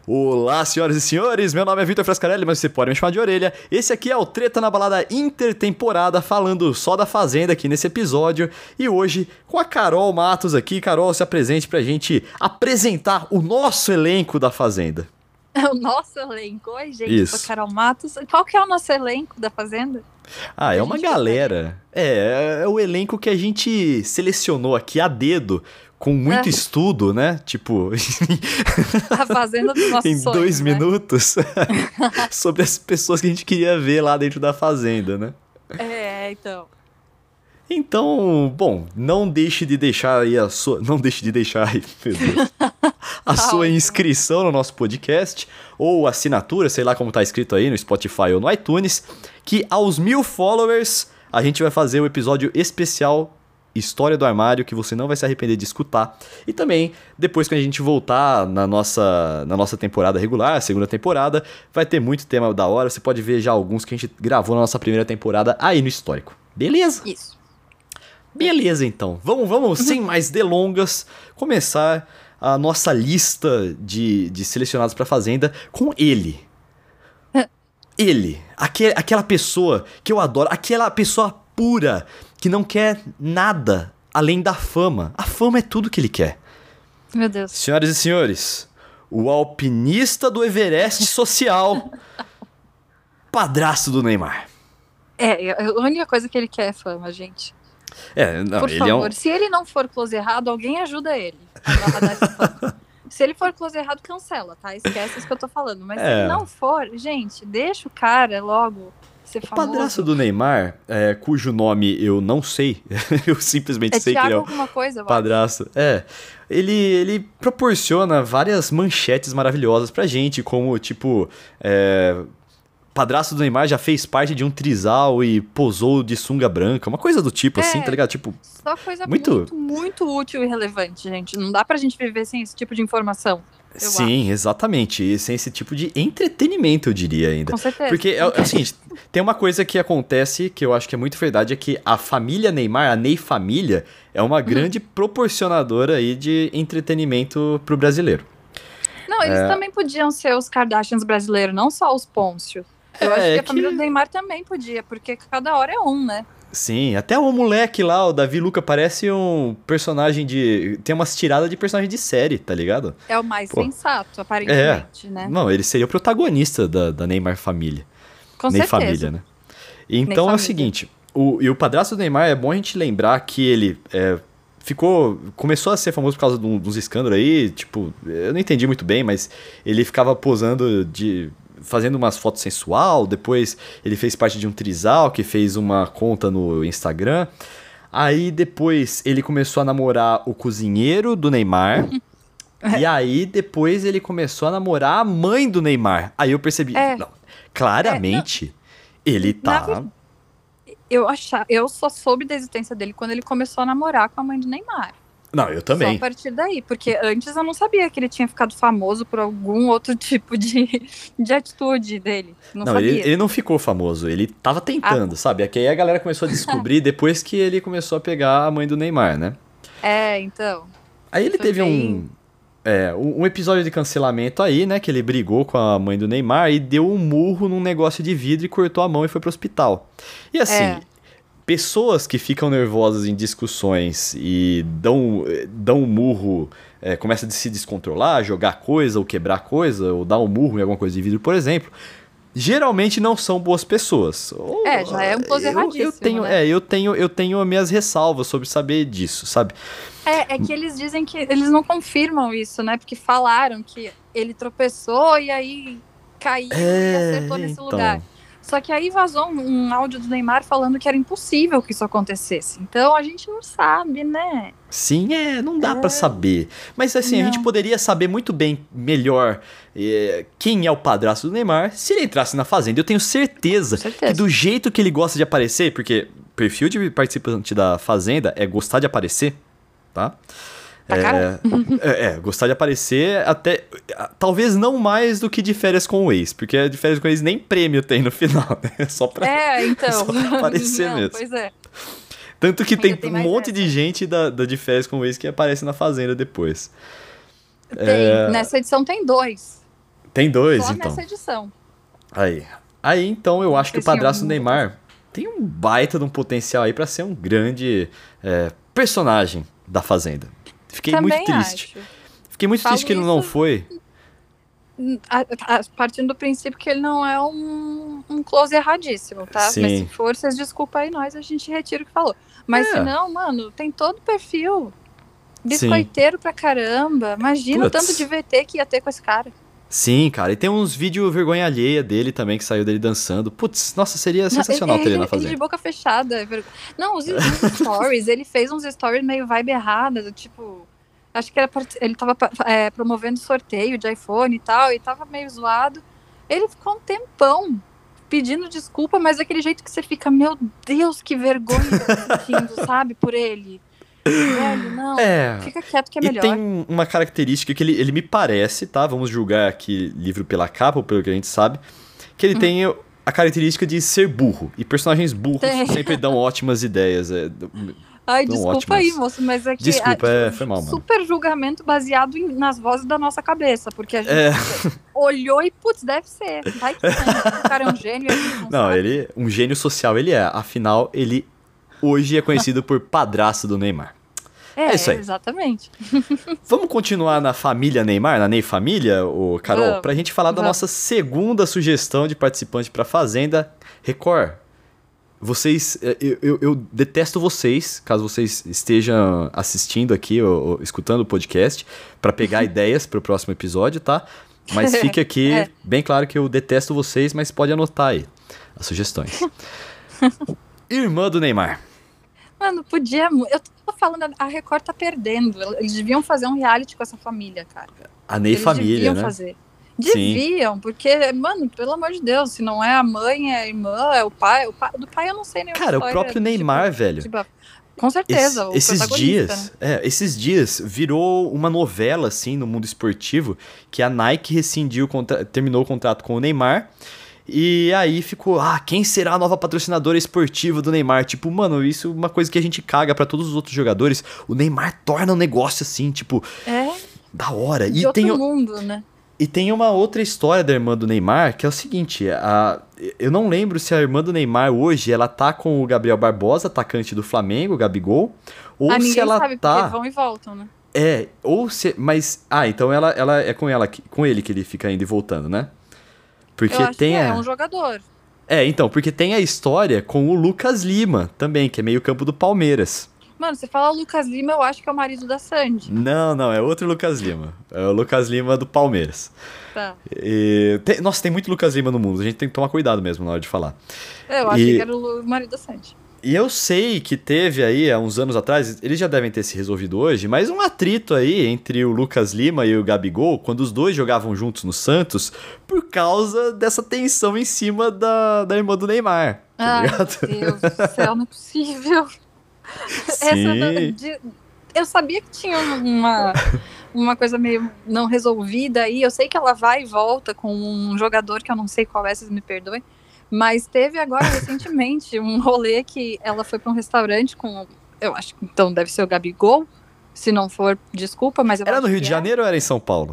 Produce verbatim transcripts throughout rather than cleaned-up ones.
Olá, senhoras e senhores, meu nome é Vitor Frascarelli, mas você pode me chamar de Orelha. Esse aqui é o Treta na Balada Intertemporada, falando só da Fazenda aqui nesse episódio. E hoje, com a Carol Matos aqui. Carol, se apresente pra gente apresentar o nosso elenco da Fazenda. O nosso elenco? Oi, gente, Isso. sou a Carol Matos. Qual que é o nosso elenco da Fazenda? Ah, é A uma gente galera. É, é o elenco que a gente selecionou aqui a dedo, com muito É. estudo, né? Tipo, A Fazenda dos nossos em sonhos, dois né? minutos, sobre as pessoas que a gente queria ver lá dentro da Fazenda, né? É, então. Então, bom, não deixe de deixar aí a sua... Não deixe de deixar aí, meu Deus, a Tá sua ótimo. inscrição no nosso podcast, ou assinatura, sei lá como tá escrito aí no Spotify ou no iTunes, que aos mil followers a gente vai fazer o episódio especial História do Armário, que você não vai se arrepender de escutar. E também, depois que a gente voltar na nossa, na nossa temporada regular, segunda temporada, vai ter muito tema da hora. Você pode ver já alguns que a gente gravou na nossa primeira temporada aí no histórico. Beleza? Isso. Beleza, então. Vamos, vamos, sem mais delongas, começar a nossa lista de, de selecionados para Fazenda com ele. Ele. Aquele, aquela pessoa que eu adoro. Aquela pessoa pura que não quer nada além da fama. A fama é tudo que ele quer. Meu Deus. Senhoras e senhores, o alpinista do Everest social, padrasto do Neymar. É, a única coisa que ele quer é fama, gente. É, não, Por ele favor, é um... se ele não for close errado, alguém ajuda ele a dar- a dar essa fama. Se ele for close errado, cancela, tá? Esquece isso que eu tô falando. Mas se É. ele não for, gente, deixa o cara logo ser O famoso. padrasto do Neymar, é, cujo nome eu não sei, eu simplesmente É sei que Thiago ele é o alguma coisa, eu acho. padrasto. É, ele, ele proporciona várias manchetes maravilhosas pra gente, como, tipo, é, padrasto do Neymar já fez parte de um trisal e posou de sunga branca, uma coisa do tipo, É. assim, tá ligado? Tipo, Só coisa Muito- muito... muito, útil e relevante, gente. Não dá pra gente viver sem esse tipo de informação. Eu sim, exatamente, e sem esse tipo de entretenimento, eu diria ainda. Com certeza. Porque é, é o seguinte, tem uma coisa que acontece que eu acho que é muito verdade, é que a família Neymar, a Ney família, é uma grande proporcionadora aí de entretenimento pro brasileiro. Não, eles É. também podiam ser os Kardashians brasileiros, não só os Pôncio. Eu É, acho que é a família que- do Neymar também podia, porque cada hora é um, né? Sim, até o moleque lá, o Davi Luca, parece um personagem de... Tem umas tiradas de personagem de série, tá ligado? É o mais Pô. sensato, aparentemente, né? Não, ele seria o protagonista da, da Neymar família. Com Ney certeza. família, né? Então é o família. seguinte, o, e o padrasto do Neymar, é bom a gente lembrar que ele é, ficou, começou a ser famoso por causa de um- dos escândalos aí, tipo, eu não entendi muito bem, mas ele ficava posando de... fazendo umas fotos sensual, depois ele fez parte de um trisal que fez uma conta no Instagram. Aí depois ele começou a namorar o cozinheiro do Neymar. E aí depois ele começou a namorar a mãe do Neymar. Aí eu percebi, É. não, claramente ele Na tá... Eu, achar, eu só soube da existência dele quando ele começou a namorar com a mãe do Neymar. Não, eu Só também. a partir daí, porque antes eu não sabia que ele tinha ficado famoso por algum outro tipo de, de atitude dele. Não, Não, sabia. ele, ele não ficou famoso, ele tava tentando, sabe? É que aí a galera começou a descobrir depois que ele começou a pegar a mãe do Neymar, né? É, então. Aí ele Foi teve um, bem- é, um um episódio de cancelamento aí, né? Que ele brigou com a mãe do Neymar e deu um murro num negócio de vidro e cortou a mão e foi pro hospital. E assim, É. pessoas que ficam nervosas em discussões e dão, dão um murro, é, começa a se descontrolar, jogar coisa ou quebrar coisa, ou dar um murro em alguma coisa de vidro, por exemplo, geralmente não são boas pessoas. Ou- É, já é um close eu, eu erradíssimo, tenho, né? é, eu tenho, eu tenho as minhas ressalvas sobre saber disso, sabe? É, é que eles dizem que eles não confirmam isso, né? Porque falaram que ele tropeçou e aí caiu e acertou nesse então. lugar. Só que aí vazou um, um áudio do Neymar falando que era impossível que isso acontecesse. Então a gente não sabe, né? Sim, é, não dá É. pra saber. Mas assim, a gente Não. poderia saber muito bem, melhor, é, quem é o padrasto do Neymar se ele entrasse na Fazenda. Eu tenho certeza, Com certeza. que do jeito que ele gosta de aparecer, porque perfil de participante da Fazenda é gostar de aparecer, tá? Pra É, caralho. é, é, gostar de aparecer até. Talvez não mais do que de férias com o ex, porque de férias com o ex nem prêmio tem no final, né? Só pra. É, então. Só pra aparecer Não, mesmo. Pois é. Tanto que Ainda tem, tem um mais monte essa. de gente da, da de férias com o ex que aparece na Fazenda depois. Tem, nessa edição tem dois. Tem dois, Só então. nessa edição. Aí. Aí, então, eu acho que o Esse é padrasto um- do Neymar tem um baita de um potencial aí pra ser um grande é, personagem da Fazenda. Fiquei Também muito triste. acho. Fiquei muito Falo triste que ele não isso- foi. A- a- Partindo do princípio que ele não é um, um close erradíssimo, tá? Sim. Mas se for, vocês desculpa aí nós, a gente retira o que falou. Mas É. se não, mano, tem todo o perfil. Biscoiteiro pra caramba. Imagina o Putz. tanto de V T que ia ter com esse cara. Sim, cara. E tem uns vídeos vergonha alheia dele também, que saiu dele dançando. Putz, nossa, seria sensacional Não, ter ele na Ele Fazenda. de boca fechada. é vergo- Não, os, os stories, ele fez uns stories meio vibe errada, do tipo. Acho que era part- ele tava é, promovendo sorteio de iPhone e tal, e tava meio zoado. Ele ficou um tempão pedindo desculpa, mas daquele jeito que você fica, meu Deus, que vergonha que eu tô sentindo, sabe, por ele. Velho, não, É. fica quieto que é E melhor. tem uma característica que ele, ele me parece, tá? Vamos julgar aqui livro pela capa, ou pelo que a gente sabe, que ele Hum. tem a característica de ser burro. E personagens burros Tem. sempre dão ótimas ideias. É, Ai, Tão desculpa ótimas. aí, moço, mas é que Desculpa, a- é, foi mal, mano. super julgamento baseado em- nas vozes da nossa cabeça, porque a gente É. olhou e, putz, deve ser. Vai que tem. O cara é um gênio e a gente não, Não, sabe. ele, um gênio social ele é. Afinal, ele hoje é conhecido por padrasto do Neymar. É, é isso aí. exatamente. Vamos continuar na família Neymar, na Ney Família, ô Carol, Vamos, pra gente falar da vamos. nossa segunda sugestão de participante pra Fazenda. Record, vocês, eu, eu, eu detesto vocês, caso vocês estejam assistindo aqui ou, ou escutando o podcast, pra pegar ideias pro próximo episódio, tá? Mas fique aqui É. bem claro que eu detesto vocês, mas pode anotar aí as sugestões. Irmã do Neymar. Mano, podia. mu- Eu tô falando, a Record tá perdendo. Eles deviam fazer um reality com essa família, cara. A Ney Eles Família, deviam né? fazer. Sim. Deviam, porque, mano, pelo amor de Deus, se não é a mãe, é a irmã, é o pai. O pai do pai eu não sei nem Cara, o próprio Neymar, velho. Com certeza, Esse- o esses protagonista, dias, né? é, esses dias virou uma novela assim no mundo esportivo que a Nike rescindiu, o contra- terminou o contrato com o Neymar. E aí ficou, ah, quem será a nova patrocinadora esportiva do Neymar? Tipo, mano, isso é uma coisa que a gente caga pra todos os outros jogadores. O Neymar torna um negócio assim, tipo, É, da hora. de E outro tem, o- mundo, né? e tem uma outra história da irmã do Neymar, que é o seguinte, a, eu não lembro se a irmã do Neymar hoje, ela tá com o Gabriel Barbosa, atacante do Flamengo, o Gabigol, ou ah, se ninguém ela sabe, tá... porque vão e voltam, né? É, ou se... Mas... Ah, então ela, ela é com ela, que- com ele que ele fica indo e voltando, né? Porque Eu acho tem que é, a... é um jogador. É, então, porque tem a história com o Lucas Lima também, que é meio campo do Palmeiras. Mano, você fala Lucas Lima, eu acho que é o marido da Sandy. Não, não, é outro Lucas Lima. É o Lucas Lima do Palmeiras. Tá. E tem- Nossa, tem muito Lucas Lima no mundo, a gente tem que tomar cuidado mesmo na hora de falar. Eu achei E- que era o Lu- marido da Sandy. E eu sei que teve aí, há uns anos atrás, eles já devem ter se resolvido hoje, mas um atrito aí entre o Lucas Lima e o Gabigol, quando os dois jogavam juntos no Santos, por causa dessa tensão em cima da, da irmã do Neymar, tá Ai, ligado? meu Deus do céu, não é possível. Essa Sim. de- eu sabia que tinha uma, uma coisa meio não resolvida aí. Eu sei que ela vai e volta com um jogador que eu não sei qual é, vocês me perdoem. Mas teve agora, recentemente, um rolê que ela foi para um restaurante com... Eu acho que então deve ser o Gabigol. Se não for, desculpa, mas eu Era acho no Rio que de é. Janeiro ou era em São Paulo?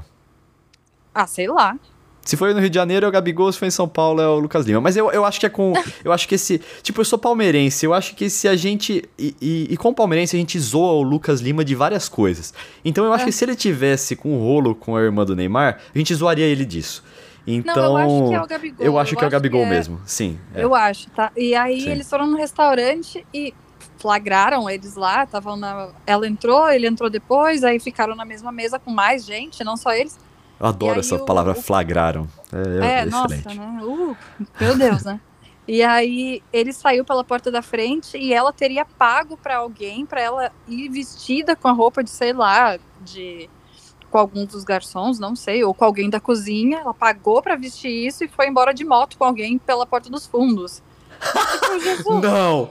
Ah, sei lá. Se foi no Rio de Janeiro é o Gabigol, se foi em São Paulo é o Lucas Lima. Mas eu, eu acho que é com... Eu acho que esse... Tipo, eu sou palmeirense, eu acho que se a gente... E, e, e com o palmeirense a gente zoa o Lucas Lima de várias coisas. Então eu acho É. que se ele tivesse com o rolo com a irmã do Neymar, a gente zoaria ele disso. Então... Não, eu acho que é o Gabigol. Eu acho que é o Gabigol é- mesmo, sim. é. Eu acho, tá? E aí Sim. eles foram no restaurante e flagraram eles lá, estavam na... Ela entrou, ele entrou depois, aí ficaram na mesma mesa com mais gente, não só eles. Eu adoro E aí essa o- palavra o- flagraram. É, É, é nossa, excelente. né? Uh, meu Deus, né? E aí ele saiu pela porta da frente e ela teria pago pra alguém, pra ela ir vestida com a roupa de, sei lá, de com algum dos garçons, não sei, ou com alguém da cozinha. Ela pagou pra vestir isso e foi embora de moto com alguém pela porta dos fundos. Tipo, Jesus, Não!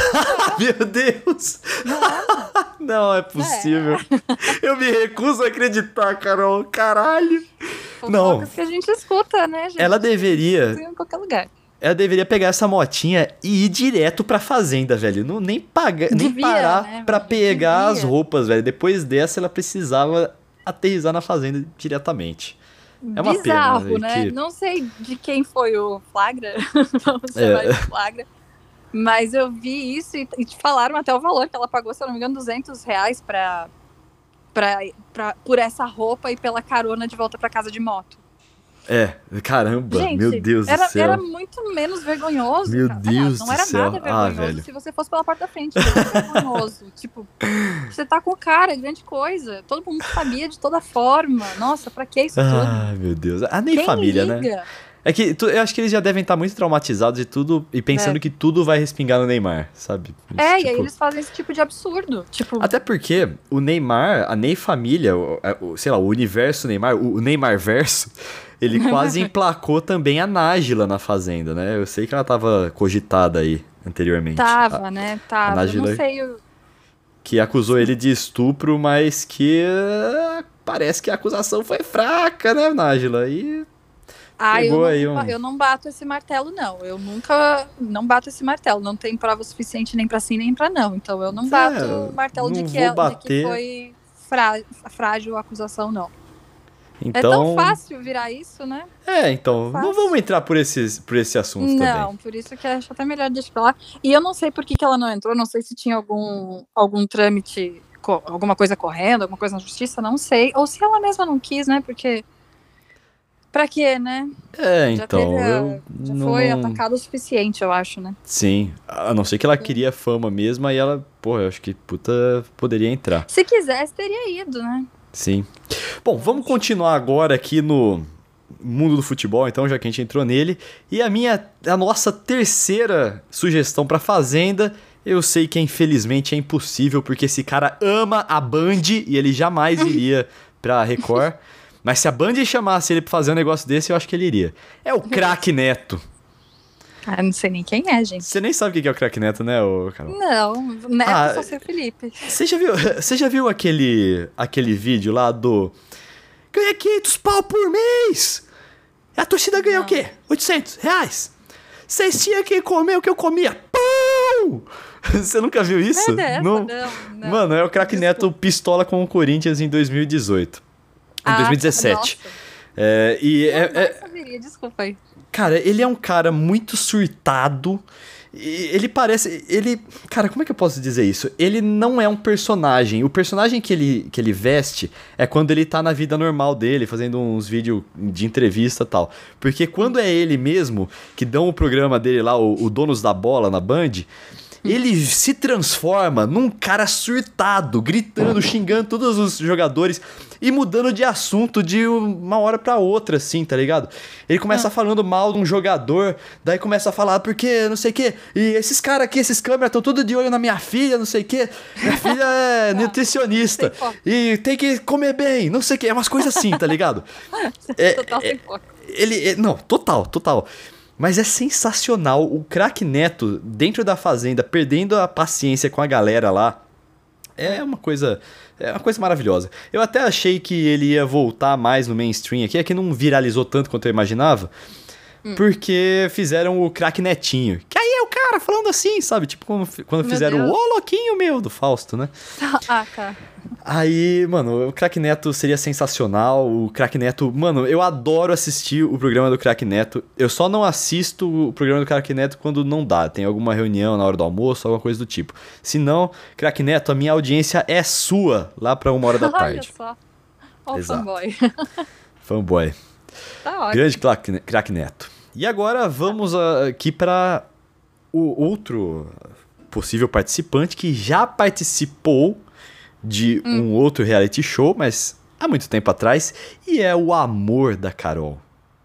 Meu Deus! não, Não é possível. Eu me recuso a acreditar, Carol. Caralho. Não. fofocas que a gente escuta, né, gente? Ela deveria... Em qualquer lugar. Ela deveria pegar essa motinha e ir direto pra fazenda, velho. Não, nem, pagar, nem Devia, parar né, pra velho? pegar as Devia. roupas, velho. Depois dessa, ela precisava aterrissar na fazenda diretamente. É uma bizarro, pena, né? que- Não sei de quem foi o flagra, vamos chamar É. de flagra, mas eu vi isso e, e te falaram até o valor que ela pagou, se eu não me engano, duzentos reais pra, pra, pra, por essa roupa e pela carona de volta pra casa de moto. É, caramba, Gente, meu Deus era, do céu. era muito menos vergonhoso. Meu cara. Deus Aliás, não do era céu. nada Ah, vergonhoso velho. se você fosse pela porta da frente. Era vergonhoso. Tipo, você tá com cara, grande coisa. Todo mundo sabia de toda forma. Nossa, pra que isso tudo? Ah, meu Deus. Ah, nem Quem família, né? liga? É que tu- eu acho que eles já devem estar muito traumatizados e tudo, e pensando É. que tudo vai respingar no Neymar, sabe? É, Tipo, e aí eles fazem esse tipo de absurdo. Tipo, Até porque o Neymar, a Ney família, o, o- sei lá, o universo Neymar, o, o Neymar verso, ele quase emplacou também a Nájila na Fazenda, né? Eu sei que ela tava cogitada aí anteriormente. tava, A- né? Tava. Eu Nájila- não sei. o- que acusou ele de estupro, mas que eh, parece que a acusação foi fraca, né, Nájila? E Ah, eu Pegou não, aí um- eu não bato esse martelo, não. Eu nunca não bato esse martelo. Não tem prova suficiente nem pra sim, nem pra não. Então eu não É, bato o martelo de não que, vou é, de que bater. foi frá- frágil a acusação, não. então, É tão fácil virar isso, né? É, então, Fácil. não vamos entrar por, esses, por esse assunto Não, também. por isso que acho até melhor deixar pra lá. E eu não sei por que, que ela não entrou, não sei se tinha algum, algum trâmite, co- alguma coisa correndo, alguma coisa na justiça, não sei. Ou se ela mesma não quis, né? Porque. Pra quê, né? É, Já, então, teve a- eu já não... foi atacado o suficiente, eu acho, né? Sim, a não ser que ela queria fama mesmo, aí ela, porra, eu acho que puta poderia entrar. Se quisesse, teria ido, né? Sim. Bom, vamos continuar agora aqui no mundo do futebol, então, já que a gente entrou nele. E a minha, a nossa terceira sugestão pra Fazenda, eu sei que infelizmente é impossível, porque esse cara ama a Band e ele jamais iria pra Record. Mas se a Band chamasse ele pra fazer um negócio desse, eu acho que ele iria. É o Craque Neto. Ah, não sei nem quem é, gente. Você nem sabe o que é o Craque Neto, né, ô Carol? Não, Neto Ah, só ser Felipe. Você já viu, você já viu aquele, aquele vídeo lá do... Ganha quinhentos pau por mês! A torcida ganha Não. o quê? oitocentos reais? Vocês tinham que comer o que eu comia? Pão! Você nunca viu isso? Não é dessa, Não? não, não. Mano, é o Craque Desculpa. Neto pistola com o Corinthians em dois mil e dezoito. Em Ah, dois mil e dezessete. nossa. É, e é, Não, é- não saberia, desculpa aí. Cara, ele é um cara muito surtado. E ele parece. Ele. Cara, como é que eu posso dizer isso? Ele não é um personagem. O personagem que ele, que ele veste é quando ele tá na vida normal dele, fazendo uns vídeos de entrevista e tal. Porque quando é ele mesmo, que dão o programa dele lá, o, o Donos da Bola na Band. Ele se transforma num cara surtado, gritando, xingando todos os jogadores e mudando de assunto de uma hora pra outra, assim, tá ligado? Ele começa falando mal de um jogador, daí começa a falar porque não sei o quê, e esses caras aqui, esses câmeras estão tudo de olho na minha filha, não sei o quê. Minha filha é nutricionista Sem foco. e tem que comer bem, não sei o quê. É umas coisas assim, tá ligado? É- Total é- sem foco. ele, é- não, total, total. Mas é sensacional o Craque Neto dentro da Fazenda, perdendo a paciência com a galera lá. É uma coisa, é uma coisa maravilhosa. Eu até achei que ele ia voltar mais no mainstream aqui, é que não viralizou tanto quanto eu imaginava. Porque fizeram o Craque Netinho. Que aí é o cara falando assim, sabe? Tipo quando, quando Meu fizeram Deus. o Ô Louquinho Meu do Fausto, né? Ah, tá. Aí, mano, o Craque Neto seria sensacional. O Craque Neto, mano, eu adoro assistir o programa do Craque Neto. Eu só não assisto o programa do Craque Neto quando não dá. Tem alguma reunião na hora do almoço, alguma coisa do tipo. Se não, Craque Neto, a minha audiência é sua lá pra uma hora da Olha tarde. só. Ó o Exato. fanboy. Fanboy. Tá ótimo. Grande Craque Craque Neto. E agora vamos ah, aqui pra o outro possível participante que já participou de Hum. um outro reality show, mas há muito tempo atrás, e é o amor da Carol.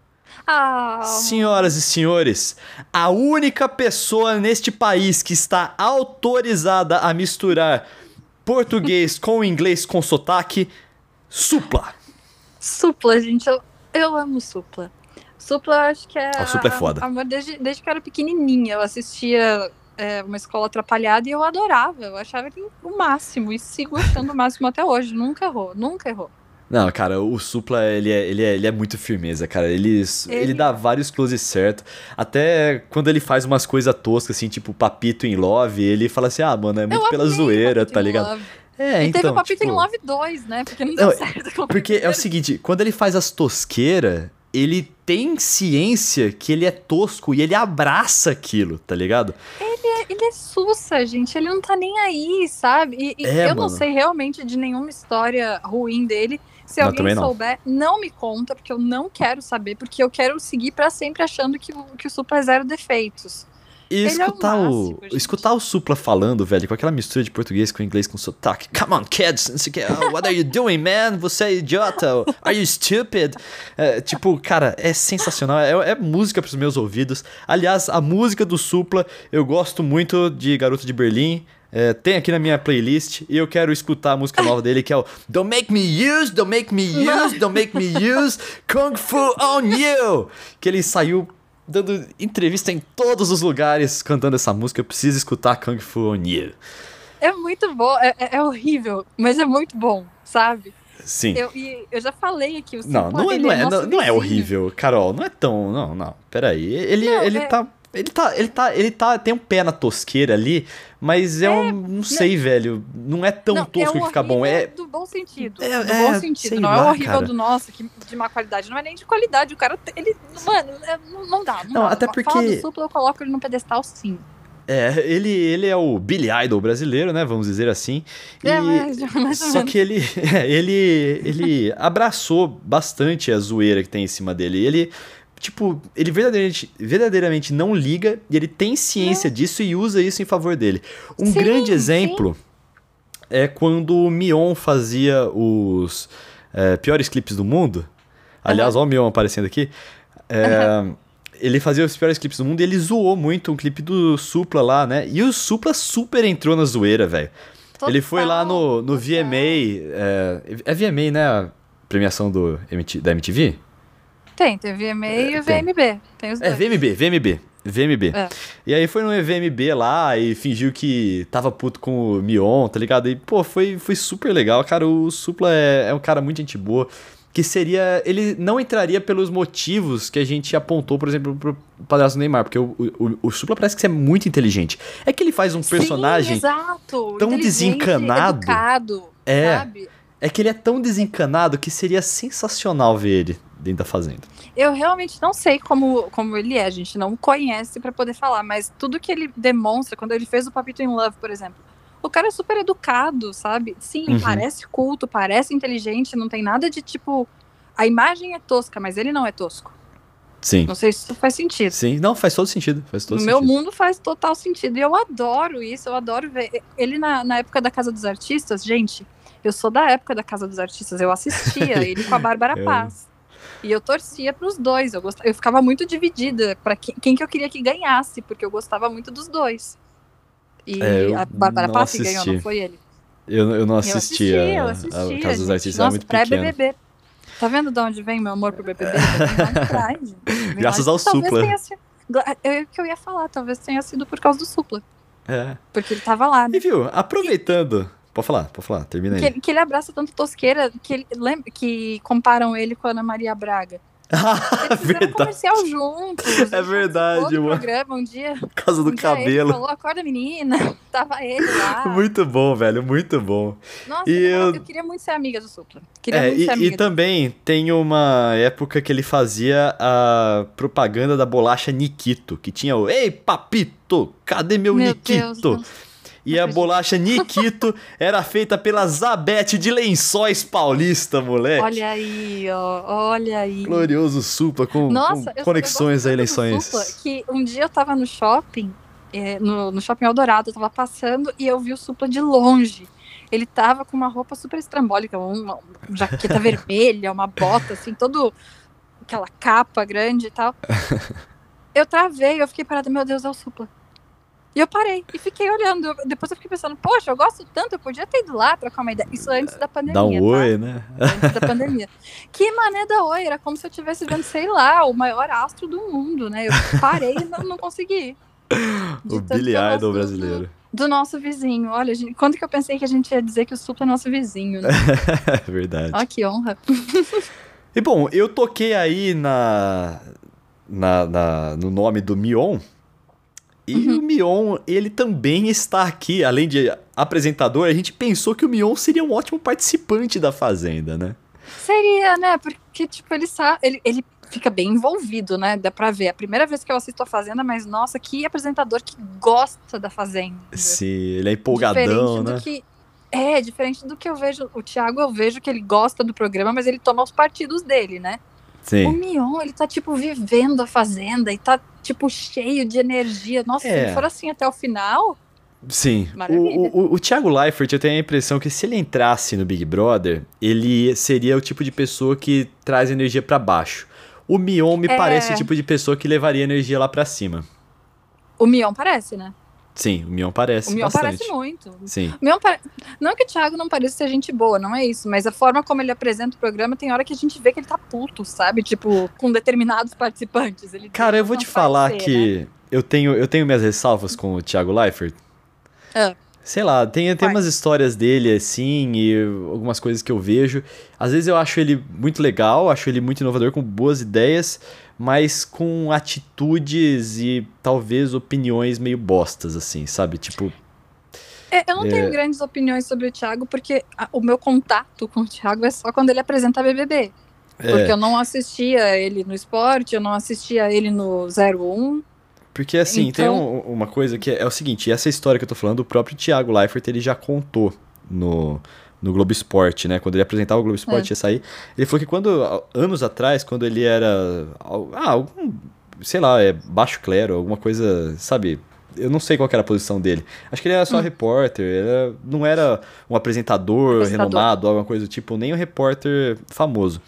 Ah, Senhoras e senhores, a única pessoa neste país que está autorizada a misturar português com inglês com sotaque, Supla. Supla, gente. Eu, eu amo Supla. Supla, eu acho que é. Ah, o Supla é foda. Amor, desde, desde que eu era pequenininha, eu assistia é, uma escola atrapalhada e eu adorava. Eu achava ele o máximo e sigo achando o máximo até hoje. Nunca errou, nunca errou. Não, cara, o Supla, ele é, ele é, ele é muito firmeza, cara. Ele, ele... Ele- dá vários closes certo. Até quando ele faz umas coisas toscas, assim, tipo Papito em Love, ele fala assim, ah, mano, é muito eu pela amei zoeira, Papito tá in ligado? Love. É, e então, teve o Papito tipo... em Love dois, né? Porque não deu Não, certo. Com o Porque é o primeiro. seguinte, quando ele faz as tosqueiras, ele tem ciência que ele é tosco e ele abraça aquilo, tá ligado? Ele é sussa, gente. Ele não tá nem aí, sabe? E, e É, eu não mano. sei realmente de nenhuma história ruim dele. Se Não, alguém também não. souber, não me conta, porque eu não quero saber, porque eu quero seguir pra sempre achando que, o- que o Supla é zero defeitos. E Ele é o escutar, o, máximo, gente. escutar o Supla falando, velho, com aquela mistura de português com inglês com sotaque. Come on, kids, não sei o que. Oh, what are you doing, man? Você é idiota? Are you stupid? É, tipo, cara, é sensacional. É, é música pros meus ouvidos. Aliás, a música do Supla, eu gosto muito de Garoto de Berlim. É, tem aqui na minha playlist e eu quero escutar a música nova dele, que é o Don't Make Me Use, Don't Make Me Use, Don't Make Me Use, Kung Fu on You. Que ele saiu dando entrevista em todos os lugares cantando essa música. Eu preciso escutar Kung Fu on You. É muito bom, é, é- é horrível, mas é muito bom, sabe? Sim. Eu, e eu já falei aqui, o Não, Supla, não é, ele não, é, nosso não, não é vizinho. horrível, Carol. Não é tão. Não, não. Peraí. Ele, Não, ele é- tá. Ele tá, ele tá, ele tá, tem um pé na tosqueira ali, mas é, um, não sei, velho, não é tão Não, tosco é que fica bom, horrível é, do bom sentido. É, do é, bom sentido. sei Não lá, é horrível cara. do nosso, que, de má qualidade. Não é nem de qualidade. O cara, ele. Mano, é- não, não dá. Não, Não, dá. até Fala porque- do Supla, eu coloco ele no pedestal, sim. é, ele, ele é o Billy Idol brasileiro, né, vamos dizer assim, e É, mas, mais ou só menos. que ele, é, ele, ele abraçou bastante a zoeira que tem em cima dele, ele, tipo, ele verdadeiramente, verdadeiramente não liga, e ele tem ciência disso e usa isso em favor dele. Um Sim, grande exemplo é quando o Mion fazia os é, piores clipes do mundo. Aliás, olha o Mion aparecendo aqui. É, ele fazia os piores clipes do mundo e ele zoou muito um clipe do Supla lá, né? E o Supla super entrou na zoeira, velho. Ele foi lá no, no Total, V M A. É, é V M A, né? A premiação do M T, da M T V? Tem, tem o V M A e o tem. V M B. Tem os É, dois. V M B, V M B. V M B. É. E aí foi no V M B lá e fingiu que tava puto com o Mion, tá ligado? E, pô, foi, foi super legal. Cara, o Supla é, é um cara muito gente boa. Que seria... Ele não entraria pelos motivos que a gente apontou, por exemplo, pro Padrasto do Neymar. Porque o, o, o Supla parece que é muito inteligente. É que ele faz um personagem... Sim, exato. tão Inteligente, desencanado. Educado, É. sabe? É que ele é tão desencanado que seria sensacional ver ele dentro da Fazenda. Eu realmente não sei como, como ele é, a gente não conhece pra poder falar, mas tudo que ele demonstra, quando ele fez o Papito in Love, por exemplo, o cara é super educado, sabe? Sim, Uhum. parece culto, parece inteligente, não tem nada de tipo. A imagem é tosca, mas ele não é tosco. Sim. Não sei se isso faz sentido. Sim, não, faz todo sentido. Faz todo No sentido. meu mundo faz total sentido. E eu adoro isso, eu adoro ver. Ele na, na época da Casa dos Artistas, gente, eu sou da época da Casa dos Artistas, eu assistia ele com a Bárbara Eu- Paz. E eu torcia pros dois, eu, gostava, eu ficava muito dividida para quem, quem que eu queria que ganhasse, porque eu gostava muito dos dois. E É, eu a Bárbara não Paz que ganhou, assisti. não foi ele? Eu, eu não Eu assisti assistia, eu a, assistia. a Casa dos gente. Artistas, era Nossa, muito pequeno. pré-B B B. Tá vendo de onde vem meu amor pro B B B? Vem lá de trás, gente. Vem Graças lá ao de- talvez Supla. tenha sido- Eu que eu ia falar, talvez tenha sido por causa do Supla. É. Porque ele tava lá, né? E viu, aproveitando... Pode falar, pode falar, termina aí. Que ele, que ele abraça tanto tosqueira que, ele, lembra, que comparam ele com a Ana Maria Braga. Ah, Eles fizeram um verdade. comercial juntos. É Ele verdade, participou do mano. programa um dia. Casa do um dia Ele cabelo. falou, acorda menina. Tava ele lá. Muito bom, velho, muito bom. Nossa, E eu... eu- eu queria muito ser amiga do Supla. Queria É, muito ser e, amiga e dele. também tem uma época que ele fazia a propaganda da bolacha Nikito, que tinha o Ei, papito, cadê meu, Meu Nikito? Deus, não- E não a acredito. bolacha Nikito era feita pela Zabete de Lençóis Paulista, moleque. Olha aí, ó. Olha aí. Glorioso Supla com, Nossa, com eu- conexões eu aí, gosto tanto do Lençóis. Supla, que um dia eu tava no shopping, é, no, no Shopping Eldorado, eu tava passando e eu vi o Supla de longe. Ele tava com uma roupa super estrambólica, uma, uma jaqueta vermelha, uma bota, assim, todo aquela capa grande e tal. Eu travei, eu fiquei parada, meu Deus, é o Supla. E eu parei e fiquei olhando. Eu- Depois eu fiquei pensando, poxa, eu gosto tanto, eu podia ter ido lá trocar uma ideia. Isso antes da pandemia. Dá um tá? oi, né? Antes da pandemia. Que mané da oi, era como se eu estivesse vendo, sei lá, o maior astro do mundo, né? Eu parei e não, não consegui. De O tanto Billy que eu gosto Idol do- brasileiro. Do nosso vizinho. Olha, gente, quando que eu pensei que a gente ia dizer que o Supla é nosso vizinho, né? É verdade. Ó, que honra. E bom, eu toquei aí na, na, na- no nome do Mion. E uhum. o Mion, ele também está aqui, além de apresentador, a gente pensou que o Mion seria um ótimo participante da Fazenda, né? Seria, né? Porque, tipo, ele sabe, ele, ele fica bem envolvido, né? Dá pra ver. A primeira vez que eu assisto a Fazenda, mas, nossa, que apresentador que gosta da Fazenda. Sim, ele é empolgadão, diferente né? Do que, é, diferente do que eu vejo. O Thiago, eu vejo que ele gosta do programa, mas ele toma os partidos dele, né? Sim. O Mion, ele tá, tipo, vivendo a Fazenda e tá, tipo, cheio de energia. Nossa, é. se ele for assim até o final... Sim. O, o, o Thiago Leifert, eu tenho a impressão que se ele entrasse no Big Brother, ele seria o tipo de pessoa que traz energia pra baixo. O Mion me é... parece o tipo de pessoa que levaria energia lá pra cima. O Mion parece, né? Sim, o Mion parece O Mion bastante. parece muito. Sim. O Mion pare... Não que o Thiago não pareça ser gente boa, não é isso. Mas a forma como ele apresenta o programa, tem hora que a gente vê que ele tá puto, sabe? Tipo, com determinados participantes. Ele Cara, eu vou te falar ser, que né? eu, tenho, eu tenho minhas ressalvas com o Thiago Leifert. Ah. Sei lá, tem, tem umas histórias dele, assim, e algumas coisas que eu vejo. Às vezes eu acho ele muito legal, acho ele muito inovador, com boas ideias, mas com atitudes e talvez opiniões meio bostas, assim, sabe? Tipo... É, eu não é... tenho grandes opiniões sobre o Thiago, porque a, o meu contato com o Thiago é só quando ele apresenta B B B. É. Porque eu não assistia ele no esporte, eu não assistia ele no zero um... Porque, assim, então... tem um, uma coisa que é, é o seguinte, essa história que eu tô falando, o próprio Thiago Leifert, ele já contou no, no Globo Esporte, né? Quando ele apresentava o Globo Esporte, é. ia sair. Ele falou que quando, anos atrás, quando ele era, ah, algum, sei lá, é baixo clero, alguma coisa, sabe... Eu não sei qual que era a posição dele. Acho que ele era só hum. repórter, ele era, não era um apresentador, apresentador renomado, alguma coisa do tipo, nem um repórter famoso.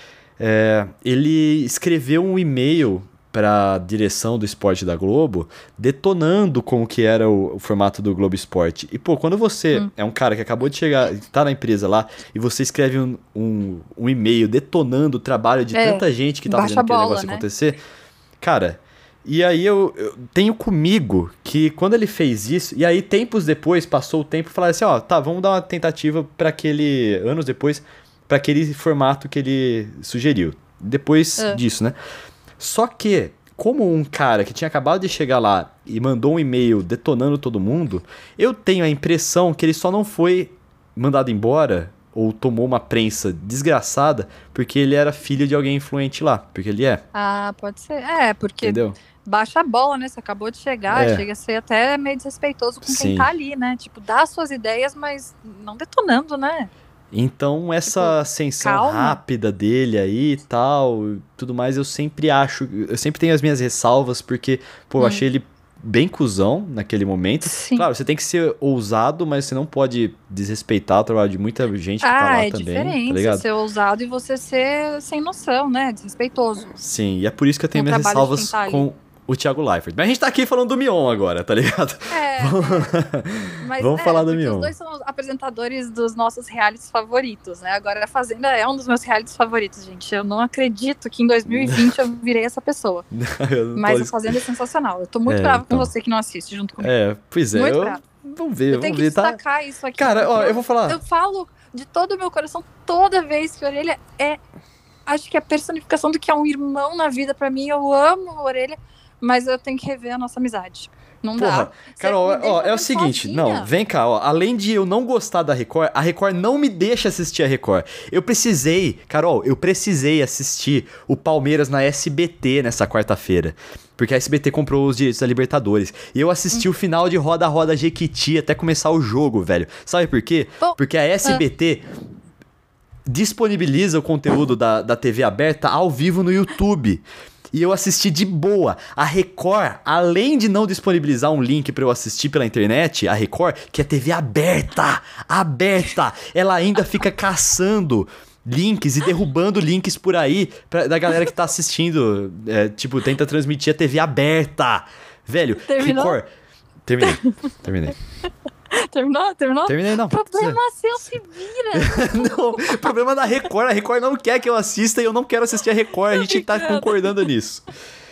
É, ele escreveu um e-mail para a direção do esporte da Globo, detonando como que era o, o formato do Globo Esporte. E, pô, quando você hum. é um cara que acabou de chegar, tá na empresa lá, e você escreve um, um, um e-mail detonando o trabalho de é, tanta gente que tá fazendo aquele negócio né? acontecer, cara... E aí eu, eu tenho comigo que quando ele fez isso, e aí tempos depois, passou o tempo, falaram assim, ó, tá, vamos dar uma tentativa para aquele, anos depois, para aquele formato que ele sugeriu. Depois é. disso, né? Só que, como um cara que tinha acabado de chegar lá e mandou um e-mail detonando todo mundo, eu tenho a impressão que ele só não foi mandado embora ou tomou uma prensa desgraçada porque ele era filho de alguém influente lá, porque ele é. Ah, pode ser. É, porque entendeu? Baixa a bola, né? Você acabou de chegar, é. chega a ser até meio desrespeitoso com Sim. quem tá ali, né? Tipo, dá as suas ideias, mas não detonando, né? Então, essa tipo, ascensão calma. rápida dele aí e tal, tudo mais, eu sempre acho, eu sempre tenho as minhas ressalvas, porque, pô, hum. eu achei ele bem cuzão naquele momento. Sim. Claro, você tem que ser ousado, mas você não pode desrespeitar o trabalho de muita gente que ah, tá lá é também, diferente, tá ligado? Ser ousado e você ser sem noção, né? Desrespeitoso. Sim, e é por isso que eu tenho no minhas ressalvas tá com o Thiago Leifert. Mas a gente tá aqui falando do Mion agora, tá ligado? É, Vamos, mas, Vamos é, falar do Mion. Os dois são os apresentadores dos nossos realities favoritos, né? Agora a Fazenda é um dos meus realities favoritos, gente. Eu não acredito que em dois mil e vinte eu virei essa pessoa. Mas a Fazenda é sensacional. Eu tô muito é, brava então. com você que não assiste junto comigo. É, pois é. Muito eu... brava. Vamos ver, eu tenho vamos que ver, destacar tá? isso aqui. Cara, ó, eu, eu vou falar. Eu falo de todo o meu coração toda vez que a Orelha é... Acho que é a personificação do que é um irmão na vida pra mim. Eu amo a Orelha. Mas eu tenho que rever a nossa amizade. Não Porra, dá. Carol, ó, é o seguinte, sozinha. não, vem cá, ó, além de eu não gostar da Record, a Record não me deixa assistir a Record. Eu precisei, Carol, eu precisei assistir o Palmeiras na S B T nessa quarta-feira. Porque a S B T comprou os direitos da Libertadores. E eu assisti hum. o final de Roda Roda Jequiti até começar o jogo, velho. Sabe por quê? Bom, Porque a S B T... Uh. disponibiliza o conteúdo da, da T V aberta ao vivo no YouTube. E eu assisti de boa. A Record, além de não disponibilizar um link pra eu assistir pela internet, a Record, que é T V aberta, aberta, ela ainda fica caçando links e derrubando links por aí pra, da galera que tá assistindo. É, tipo, tenta transmitir a T V aberta. Velho, Terminou? Record... Terminei, terminei. Terminou? Terminou? Terminei, não. Problema seu, se vira. Não, problema da Record. A Record não quer que eu assista e eu não quero assistir a Record. A gente tá concordando nisso.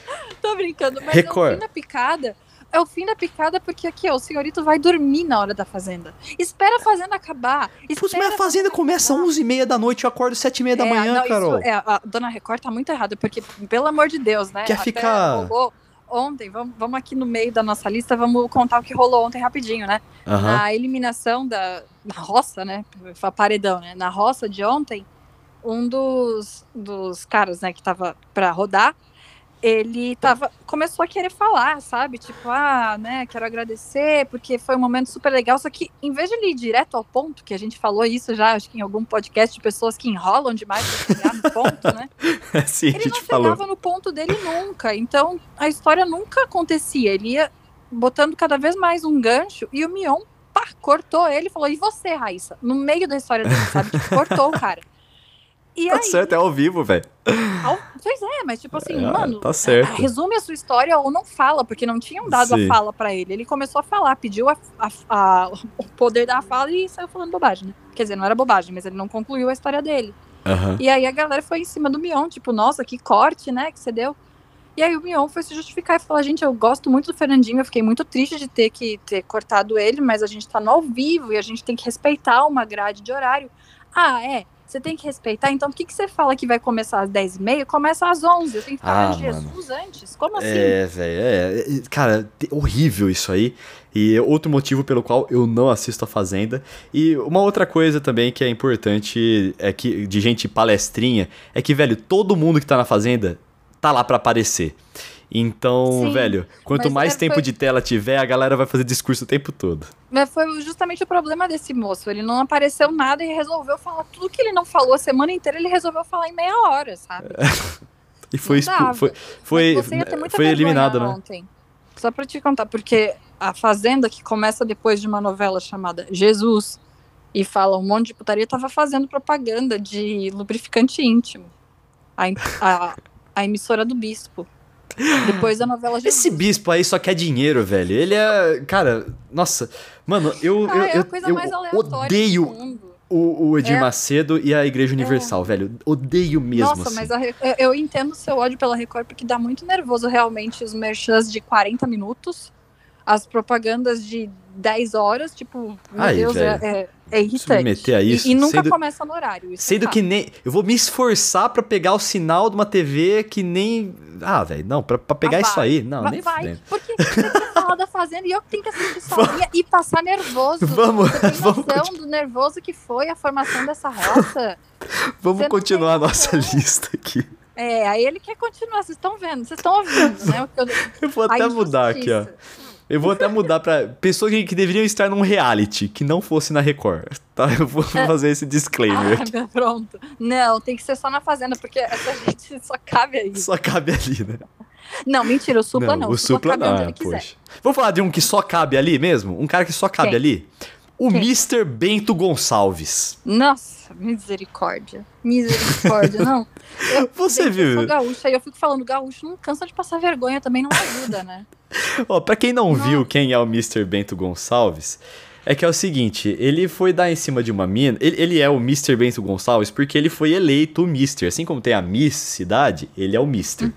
Tô brincando, mas Record. é o fim da picada. É o fim da picada porque aqui, ó, o senhorito vai dormir na hora da Fazenda. Espera a Fazenda acabar. Putz, mas a Fazenda começa às onze e meia da noite e eu acordo sete e meia da é, manhã, não, Carol. Isso, é, a dona Record tá muito errada, porque, pelo amor de Deus, né? Quer Até ficar... rolou, ontem, vamos, vamos aqui no meio da nossa lista, vamos contar o que rolou ontem rapidinho, né? Uhum. Na eliminação da na roça, né? Paredão, né? Na roça de ontem, um dos, dos caras, né, que tava pra rodar, ele tava, começou a querer falar, sabe? Tipo, ah, né, quero agradecer, porque foi um momento super legal. Só que, em vez de ele ir direto ao ponto, que a gente falou isso já, acho que em algum podcast de pessoas que enrolam demais pra chegar no ponto, né? Sim, ele a gente não chegava falou. no ponto dele nunca. Então, a história nunca acontecia. Ele ia botando cada vez mais um gancho, e o Mion, pá, cortou ele e falou, e você, Raíssa? No meio da história dele, sabe? Tipo, cortou o cara. E Tá aí, certo, é ao vivo, velho. ao- pois é, mas tipo assim, É, mano, tá certo. a- resume a sua história ou não fala, porque não tinham dado Sim. a fala pra ele. Ele começou a falar, pediu a- a- a- o poder da fala e saiu falando bobagem, né? Quer dizer, não era bobagem, mas ele não concluiu a história dele. Aham. E aí a galera foi em cima do Mion, tipo, nossa, que corte, né, que você deu. E aí o Mion foi se justificar e falar, gente, eu gosto muito do Fernandinho, eu fiquei muito triste de ter que ter cortado ele, mas a gente tá no ao vivo e a gente tem que respeitar uma grade de horário. Ah, é? Você tem que respeitar? Então por que, que você fala que vai começar às dez e meia? Começa às onze, eu tenho que falar Ah, de Jesus antes? Como assim? É, velho, é, é. Cara, te- horrível isso aí. E outro motivo pelo qual eu não assisto a Fazenda. E uma outra coisa também que é importante é que de gente palestrinha é que, velho, todo mundo que tá na Fazenda tá lá pra aparecer. Então, Sim, velho, quanto mas mais é, tempo foi- de tela tiver, a galera vai fazer discurso o tempo todo. Mas foi justamente o problema desse moço. Ele não apareceu nada e resolveu falar tudo que ele não falou a semana inteira, ele resolveu falar em meia hora, sabe? E foi Não expu- dava. foi foi, Mas você ia ter muita foi vergonha eliminado, né? ontem. Só pra te contar, porque a Fazenda, que começa depois de uma novela chamada Jesus, e fala um monte de putaria, tava fazendo propaganda de lubrificante íntimo. A, em- a, a emissora do Bispo. Depois da novela Jesus. Esse bispo aí só quer dinheiro, velho. Ele é. Cara, nossa. Mano, eu, Ah, eu, é a eu, coisa eu mais aleatória odeio do mundo. o, o Edir É. Macedo e a Igreja Universal, velho. Odeio mesmo, Nossa, assim. mas a Re- eu, eu entendo o seu ódio pela Record, porque dá muito nervoso realmente os merchans de quarenta minutos, as propagandas de dez horas, tipo, meu Ai, Deus, é, velho. é, é irritante. Submeter a isso, E, e nunca sendo- começa no horário. Isso Sendo é que fato. nem. Eu vou me esforçar pra pegar o sinal de uma T V que nem. Ah, velho, não, pra, pra pegar Ah, isso vai. aí. Não, vai, nem vai, fudendo. porque você tem que falar da Fazenda e eu que tenho que assistir sozinha e passar nervoso. Vamos- Você tem vamos noção do nervoso que foi a formação dessa roça? Vamos Você não continuar a tem nossa noção. lista aqui. É, aí ele quer continuar, vocês estão vendo, vocês estão ouvindo, né? O que eu- Eu vou a até mudar aqui, ó. injustiça. Eu vou até mudar pra pessoas que, que deveriam estar num reality, que não fosse na Record. Tá? Eu vou fazer esse disclaimer. Ah, pronto. Não, tem que ser só na Fazenda, porque essa gente só cabe aí. Só cabe ali, né? Não, mentira, o Supla não. o Supla cabe onde não, ele quiser. poxa. Vamos falar de um que só cabe ali mesmo? Um cara que só cabe Quem? ali? O Quem? mister Bento Gonçalves. Nossa, misericórdia. Misericórdia, não. Eu, Você gente, viu? Eu sou gaúcha e eu fico falando, gaúcho não cansa de passar vergonha, também não ajuda, né? Ó, pra quem não Nossa. viu quem é o mister Bento Gonçalves, é que é o seguinte, ele foi dar em cima de uma mina, ele, ele é o mister Bento Gonçalves porque ele foi eleito o mister, assim como tem a Miss Cidade, ele é o mister.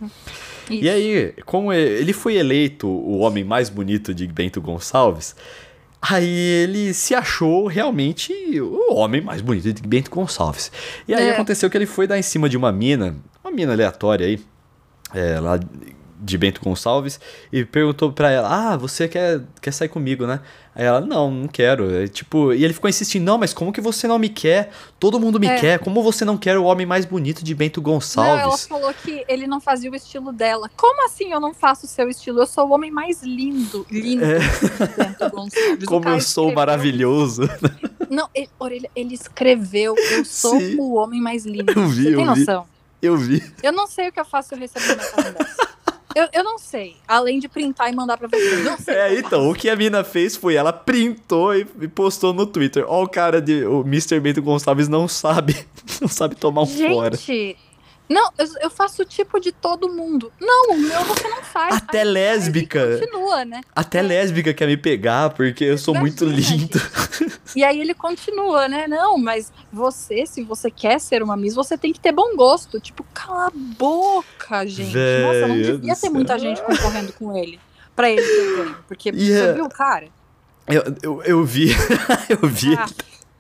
E Isso. aí, como ele foi eleito o homem mais bonito de Bento Gonçalves, aí ele se achou realmente o homem mais bonito de Bento Gonçalves. E aí É. aconteceu que ele foi dar em cima de uma mina, uma mina aleatória aí, é, lá de Bento Gonçalves, e perguntou pra ela, ah, você quer, quer sair comigo, né? Aí ela, não, não quero. É, tipo, e ele ficou insistindo, não, mas como que você não me quer? Todo mundo me É. quer, como você não quer o homem mais bonito de Bento Não, ela Gonçalves? falou que ele não fazia o estilo dela. Como assim eu não faço o seu estilo? Eu sou o homem mais lindo, lindo É. de Bento Gonçalves. O Como cara eu sou escreveu- maravilhoso. Não, ele, Orelha, ele escreveu, eu sou Sim. o homem mais lindo. Eu vi, Você eu tem vi. noção? Eu vi. Eu não sei o que eu faço se eu receber uma mensagem dessa. Eu, eu não sei. Além de printar e mandar pra você. Eu não sei. É, o que eu então, o que a mina fez foi, ela printou e, e postou no Twitter. Ó, o cara de. O mister Bento Gonçalves não sabe. Não sabe tomar um faço. fora. Gente, não, eu, eu faço o tipo de todo mundo. Não, o meu você não faz. Até Aí, lésbica. aí ele continua, né? Até lésbica quer me pegar porque eu sou muito Imagina, lindo. gente. E aí ele continua, né? Não, mas você, se você quer ser uma Miss, você tem que ter bom gosto. Tipo, cala a boca, gente. Nossa, não Velho devia do ter muita céu. gente concorrendo com ele. Pra ele ter ganho. Porque Yeah. você viu, cara? Eu, eu, eu vi. eu vi. Ah,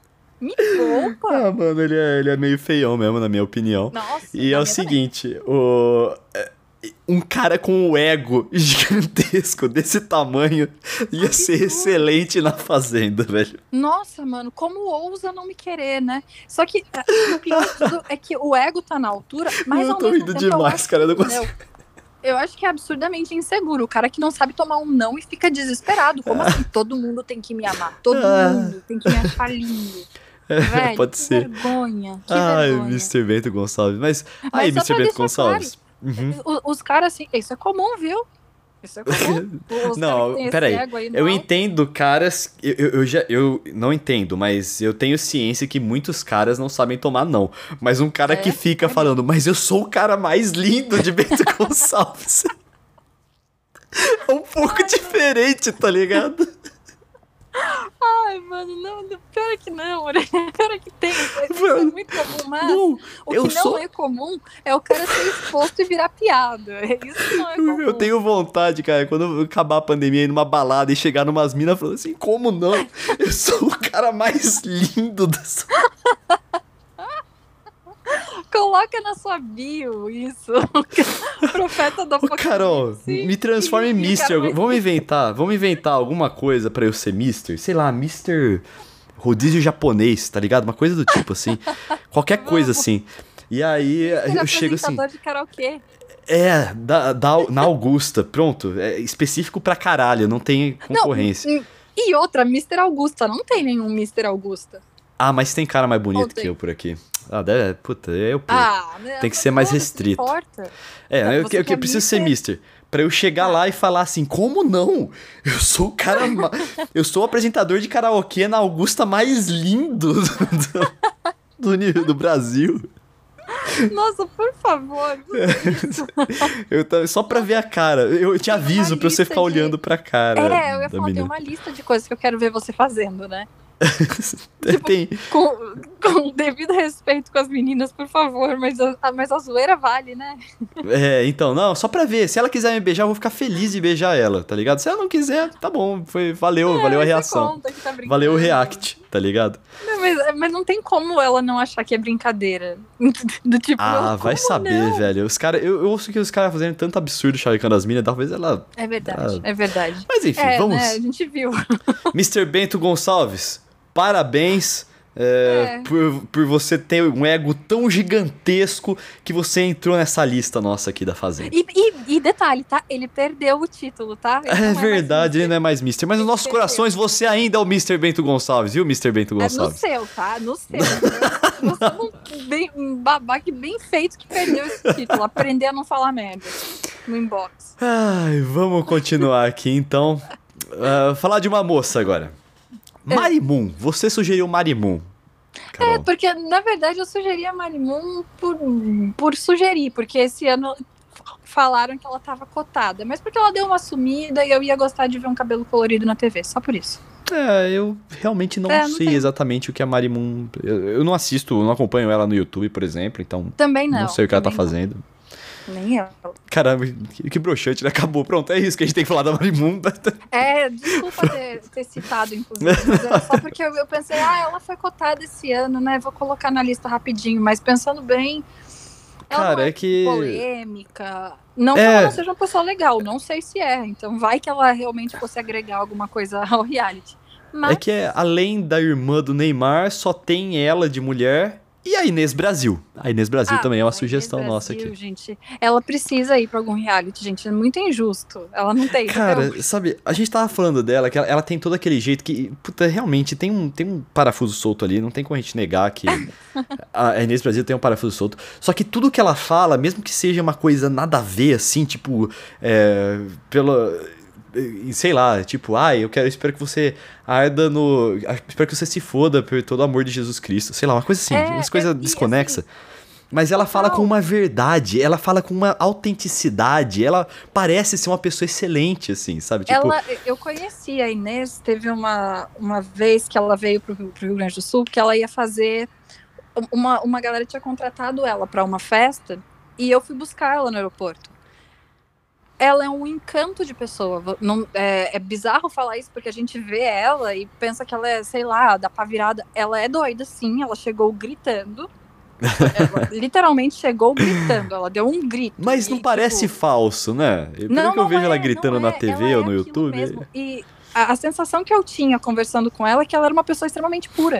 me poupa. Ah, mano, ele é, ele é meio feião mesmo, na minha opinião. Nossa. E na é o minha seguinte, o... é, um cara com o ego gigantesco desse tamanho ia ser excelente na Fazenda, velho. Nossa, mano, como ousa não me querer, né? Só que o pior de tudo é que o ego tá na altura, mas eu ao tô mesmo rindo tempo eu demais, acho cara, eu não que, consigo. meu, eu acho que é absurdamente inseguro. O cara que não sabe tomar um não e fica desesperado. Como assim? Todo mundo tem que me amar. Todo Ah. mundo tem que me achar lindo. É, Velho, pode que ser. vergonha. Que Ai, vergonha. mister Bento Gonçalves. Mas, aí, Mas só mister pra Bento deixar Gonçalves. Uhum. Os, os caras, assim, isso é comum, viu? Isso é comum. Os Não, caras que têm esse peraí. ego aí no Eu alto. entendo caras. Eu, eu, eu já. Eu não entendo, mas eu tenho ciência que muitos caras não sabem tomar, não. Mas um cara É? que fica É falando, mas eu sou o cara mais lindo de Bento Gonçalves. É um pouco Ai, diferente, tá ligado? Ai, mano, não, não, pior é que não, né? Pior é que tem, isso é Mano, muito comum, mas Não, o eu que não sou. é comum é o cara ser exposto e virar piada. Isso que não é comum. Eu tenho vontade, cara, quando acabar a pandemia, ir numa balada e chegar numas minas falando assim, como não? Eu sou o cara mais lindo dessa. Coloca na sua bio isso. Profeta do Ô, Carol, Apocalipse. me transforma em E- e o mister. cara vai- Vamos inventar, vamos inventar alguma coisa pra eu ser mister? Sei lá, mister Rodízio japonês, tá ligado? Uma coisa do tipo assim. Qualquer coisa Vamos. assim. E aí Ser eu chego assim. apresentador de karaokê. É, da, da, na Augusta, pronto. É específico pra caralho, não tem concorrência. Não, e outra, mister Augusta. Não tem nenhum mister Augusta. Ah, mas tem cara mais bonito Ontem. que eu por aqui. Ah, deve, puta, eu perco. Ah, né, Tem que mas ser mais foda-se, restrito. Não importa. É, Não, eu, você eu, eu quer preciso ser mister? mister. Pra eu chegar lá e falar assim, como não? Eu sou o cara. ma- Eu sou o apresentador de karaokê na Augusta mais lindo do, do, uni- do Brasil. Nossa, por favor. Eu, tava- só pra ver a cara. Eu te aviso uma pra você lista ficar de- olhando pra cara. É, eu ia da falar, tem menina. uma lista de coisas que eu quero ver você fazendo, né? Tem, Com, com devido respeito com as meninas, por favor, mas a, mas a zoeira vale, né? é, então, não, só pra ver. Se ela quiser me beijar, eu vou ficar feliz de beijar ela, tá ligado? Se ela não quiser, tá bom. Foi, valeu, valeu a Aí você reação. conta que tá brincando. Valeu o react, tá ligado? Não, mas, mas não tem como ela não achar que é brincadeira. Do tipo, Ah, não, vai como saber, não? velho. Os cara, eu, eu ouço que os caras fazendo tanto absurdo chavecando as minas, talvez ela. É verdade, Ah. é verdade. Mas enfim, É, vamos. né, a gente viu. mister Bento Gonçalves, parabéns. é, É. Por, por você ter um ego tão gigantesco que você entrou nessa lista nossa aqui da Fazenda. E, e, e detalhe, tá? Ele perdeu o título, tá? Ele não É mais verdade, ele mister. não é mais mister. Mas nos Ele nossos perdeu. corações você ainda é o mister Bento Gonçalves, viu, mister Bento É no Gonçalves? seu, tá? No seu. Você é um, bem, um babaca bem feito que perdeu esse título. Aprender a não falar merda no inbox. Ai, vamos continuar aqui então. Ah, falar de uma moça agora. É. Marimun, você sugeriu Marimun. Carol. É, porque na verdade eu sugeri a Marimun por, por sugerir, porque esse ano falaram que ela tava cotada, mas porque ela deu uma sumida e eu ia gostar de ver um cabelo colorido na T V, só por isso. É, eu realmente não, É, não sei tem. exatamente o que a Marimun. Eu, eu não assisto, eu não acompanho ela no YouTube, por exemplo, então Também não. não, sei o que ela tá também não. fazendo. Nem eu. Caramba, que, que broxante, né? Acabou. Pronto, é isso que a gente tem que falar da Marimun. É, desculpa ter, ter citado, inclusive, mas é só porque eu, eu pensei, ah, ela foi cotada esse ano, né? Vou colocar na lista rapidinho, mas pensando bem, ela Cara, não é é que. polêmica. Não que É. ela não seja uma pessoa legal, não sei se é. Então vai que ela realmente fosse agregar alguma coisa ao reality. Mas É que é, além da irmã do Neymar, só tem ela de mulher e a Inês Brasil. A Inês Brasil Ah, também é uma mas a sugestão Inês nossa Brasil, aqui. Gente, ela precisa ir pra algum reality, gente. É muito injusto. Ela não tem. Cara, entendeu? sabe, a gente tava falando dela, que ela, ela tem todo aquele jeito que, puta, realmente tem um, tem um parafuso solto ali, não tem como a gente negar que a Inês Brasil tem um parafuso solto. Só que tudo que ela fala, mesmo que seja uma coisa nada a ver, assim, tipo, é, pela... sei lá, tipo, ai, eu quero, espero que você arda no... espero que você se foda por todo o amor de Jesus Cristo. Sei lá, uma coisa assim, É, umas coisas é, e desconexas. Mas ela fala total. com uma verdade, ela fala com uma autenticidade, ela parece ser uma pessoa excelente, assim, sabe? Tipo, Ela, eu conheci a Inês, teve uma, uma vez que ela veio pro, pro Rio Grande do Sul, que ela ia fazer... Uma, uma galera tinha contratado ela pra uma festa, e eu fui buscar ela no aeroporto. Ela é um encanto de pessoa. Não, é, é bizarro falar isso, porque a gente vê ela e pensa que ela é, sei lá, da pá virada. Ela é doida, sim, ela chegou gritando. Ela literalmente chegou gritando, ela deu um grito. Mas não e, parece tipo, falso, né? Pelo não, que eu não vejo é, ela gritando não na é, T V ela ou é no aquilo YouTube. mesmo. E a, a sensação que eu tinha conversando com ela é que ela era uma pessoa extremamente pura.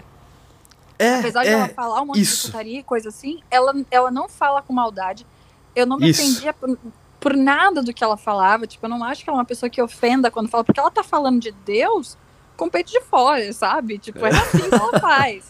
É, Apesar de ela é, falar um monte isso. de putaria e coisa assim, ela, ela não fala com maldade. Eu não me Isso. ofendia por, por nada do que ela falava. Tipo, eu não acho que ela é uma pessoa que ofenda quando fala, porque ela tá falando de Deus com o peito de fora, sabe? Tipo, é assim que ela faz.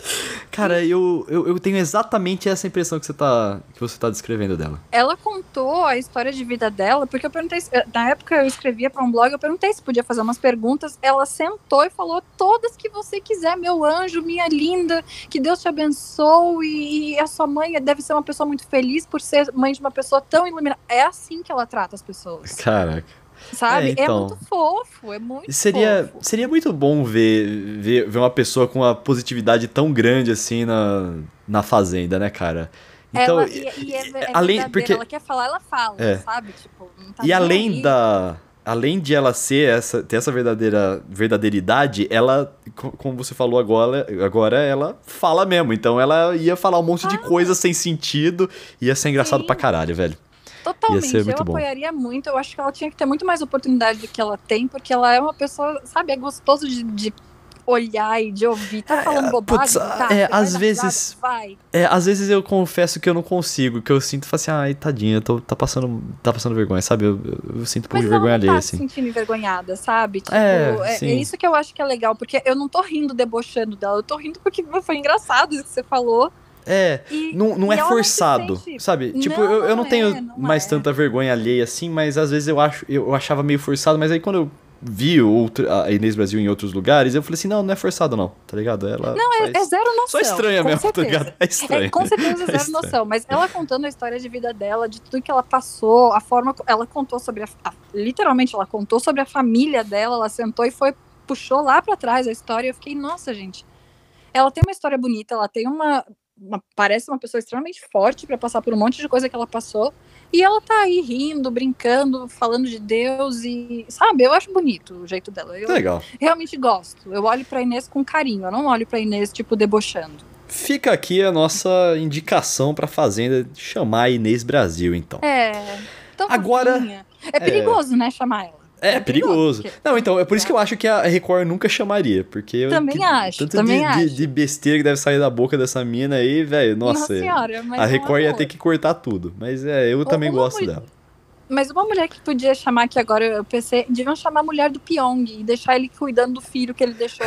Cara, eu, eu, eu tenho exatamente essa impressão que você tá, que você tá descrevendo dela. Ela contou a história de vida dela, porque eu perguntei, na época eu escrevia para um blog, eu perguntei se podia fazer umas perguntas, ela sentou e falou todas que você quiser, meu anjo, minha linda, que Deus te abençoe, e a sua mãe deve ser uma pessoa muito feliz por ser mãe de uma pessoa tão iluminada. É assim que ela trata as pessoas. Caraca. Sabe? É, então, é muito fofo, é muito seria, fofo. Seria muito bom ver, ver, ver uma pessoa com uma positividade tão grande assim na, na Fazenda, né, cara? Então, Ela, e, e é, é além, porque, ela quer falar, ela fala, é, sabe? Tipo, não tá e além aí. da... Além de ela ser essa, ter essa verdadeira verdadeiridade, ela, como você falou agora, agora ela fala mesmo. Então ela ia falar um monte ah. de coisa sem sentido, ia ser engraçado Sim. pra caralho, velho. Totalmente, ia ser muito eu bom. apoiaria muito. Eu acho que ela tinha que ter muito mais oportunidade do que ela tem, porque ela é uma pessoa, sabe, é gostoso de, de olhar e de ouvir. Tá falando bobagem? Putz, tá, é, às vezes. Vai. É, às vezes eu confesso que eu não consigo, que eu sinto assim, ai, tadinha, tô, tá, passando, tá passando vergonha, sabe? Eu, eu, eu sinto um pouco de vergonha alheia, tá assim. Mas ela tá se sentindo envergonhada, sabe? Tipo, é, é, sim. é isso que eu acho que é legal, porque eu não tô rindo debochando dela, eu tô rindo porque foi engraçado isso que você falou. É, e, não, não e é forçado, sente... sabe? Tipo, não, eu, eu não é, tenho não mais é. tanta vergonha alheia assim, mas às vezes eu, acho, eu achava meio forçado, mas aí quando eu vi outro, a Inês Brasil em outros lugares, eu falei assim, não, não é forçado não, tá ligado? Ela não, faz... é, é zero noção. Só estranha mesmo, certeza. tá ligado? É estranho. É, com certeza zero é noção, mas ela contando a história de vida dela, de tudo que ela passou, a forma, ela contou sobre a, a literalmente, ela contou sobre a família dela, ela sentou e foi, puxou lá pra trás a história, e eu fiquei, nossa, gente, ela tem uma história bonita, ela tem uma, uma parece uma pessoa extremamente forte pra passar por um monte de coisa que ela passou, e ela tá aí rindo, brincando, falando de Deus e, sabe, eu acho bonito o jeito dela. Eu Legal. realmente gosto. Eu olho pra Inês com carinho, eu não olho pra Inês, tipo, debochando. Fica aqui a nossa indicação pra Fazenda chamar a Inês Brasil, então. É. Então, agora fofinha. É perigoso, é... né, chamar ela. É, é perigoso. Porque... Não, então, é por isso que eu acho que a Record nunca chamaria, porque... Eu, também que, acho, tanto também de, acho. De, de besteira que deve sair da boca dessa mina aí, velho, nossa. Nossa senhora, mas a Record é um ia ter que cortar tudo, mas é, eu também uma gosto mulher... dela. Mas uma mulher que podia chamar, que agora eu pensei, deviam chamar a mulher do Pyong e deixar ele cuidando do filho que ele deixou.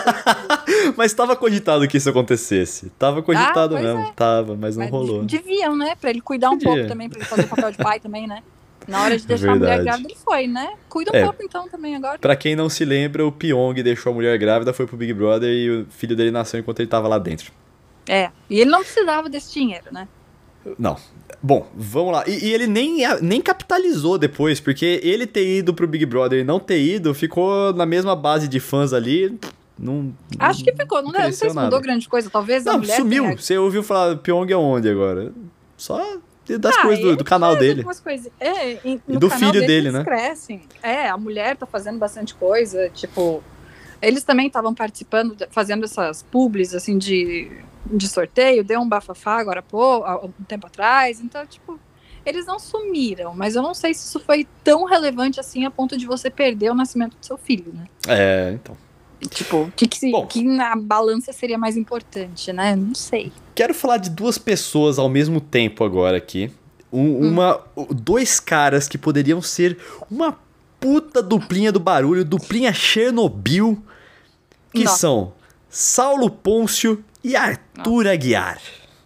Mas tava cogitado que isso acontecesse. Tava cogitado ah, mesmo, é. tava, mas não mas rolou. Deviam, né? Pra ele cuidar um Podia. pouco também, pra ele fazer o papel de pai também, né? Na hora de deixar Verdade. a mulher grávida, ele foi, né? Cuida um é. pouco então também agora. Pra quem não se lembra, o Pyong deixou a mulher grávida, foi pro Big Brother e o filho dele nasceu enquanto ele tava lá dentro. É, e ele não precisava desse dinheiro, né? Não. Bom, vamos lá. E, e ele nem, nem capitalizou depois, porque ele ter ido pro Big Brother e não ter ido, ficou na mesma base de fãs ali. Não, Acho que ficou, não, não, não sei se mudou grande coisa, talvez não, a mulher sumiu. Tenha... Você ouviu falar Pyong aonde agora? Só das ah, coisas do, do canal dele. Coisas. É, e do filho dele, dele né? Crescem. É, a mulher tá fazendo bastante coisa, tipo... Eles também estavam participando, fazendo essas publis, assim, de, de sorteio, deu um bafafá agora, pô, há um tempo atrás, então, tipo... Eles não sumiram, mas eu não sei se isso foi tão relevante assim a ponto de você perder o nascimento do seu filho, né? É, então... Tipo, que, que, se, que na balança seria mais importante, né? Não sei. Quero falar de duas pessoas ao mesmo tempo agora aqui. Um, hum. uma, dois caras que poderiam ser uma puta duplinha do barulho, duplinha Chernobyl, que Nossa. são Saulo Pôncio e Arthur Nossa. Aguiar.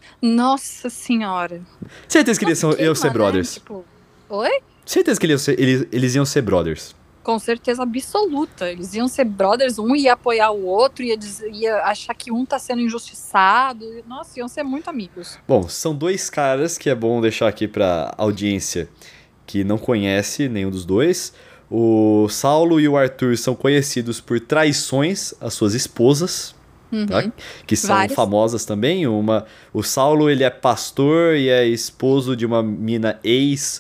Nossa senhora. Certeza que eles são, iam ser brothers. Né? Tipo, oi? Certeza que eles, eles, eles iam ser brothers. Com certeza absoluta. Eles iam ser brothers, um ia apoiar o outro, ia, dizer, ia achar que um tá sendo injustiçado. Nossa, iam ser muito amigos. Bom, são dois caras que é bom deixar aqui pra audiência que não conhece nenhum dos dois. O Saulo e o Arthur são conhecidos por traições às suas esposas, uhum. tá? Que são Várias. famosas também. Uma, o Saulo, ele é pastor e é esposo de uma mina ex,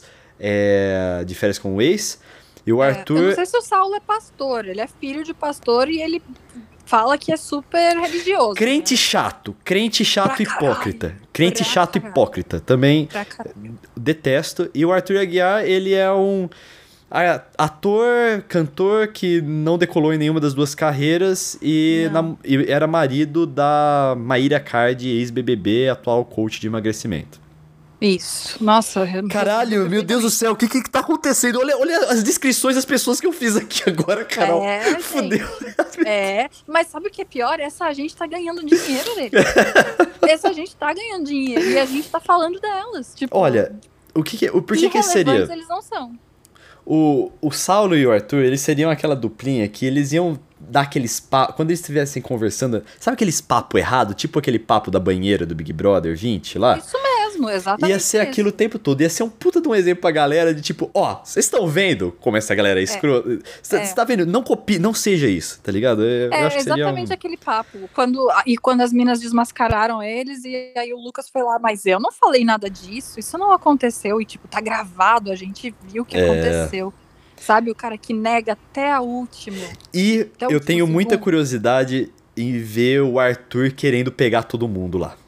é, de férias com o ex. E o Arthur... É, eu não sei se o Saulo é pastor, ele é filho de pastor e ele fala que é super religioso. Crente né? chato, crente chato Pra hipócrita. caralho. Crente Pra chato caralho. hipócrita. Também Pra caralho. detesto. E o Arthur Aguiar, ele é um a- ator, cantor que não decolou em nenhuma das duas carreiras e, Não. nam- e era marido da Maíra Cardi, ex-B B B, atual coach de emagrecimento. Isso. Nossa. eu- Caralho, meu Deus do céu, o que que tá acontecendo? Olha, olha as descrições das pessoas que eu fiz aqui agora, Carol. É, Fudeu. É, mas sabe o que é pior? Essa gente tá ganhando dinheiro dele. Essa gente tá ganhando dinheiro e a gente tá falando delas. Tipo, Olha, o que que, o, por que que seria? irrelevantes eles não são. O, o Saulo e o Arthur, eles seriam aquela duplinha que eles iam dar aqueles papos. Quando eles estivessem conversando, sabe aqueles papo errado? Tipo aquele papo da banheira do Big Brother vinte lá? Isso mesmo, exatamente. Ia ser isso. aquilo o tempo todo. Ia ser um puta de um exemplo pra galera de tipo, ó, vocês estão vendo como essa galera é escrota? Você É. tá vendo? Não copie, não seja isso, tá ligado? Eu, É eu acho que seria exatamente um... aquele papo. Quando, e quando as minas desmascararam eles, e aí o Lucas foi lá, mas eu não falei nada disso, isso não aconteceu. E, tipo, tá gravado, a gente viu o que É. aconteceu. Sabe, o cara que nega até a última. E Até o eu tenho último muita segundo. curiosidade em ver o Arthur querendo pegar todo mundo lá.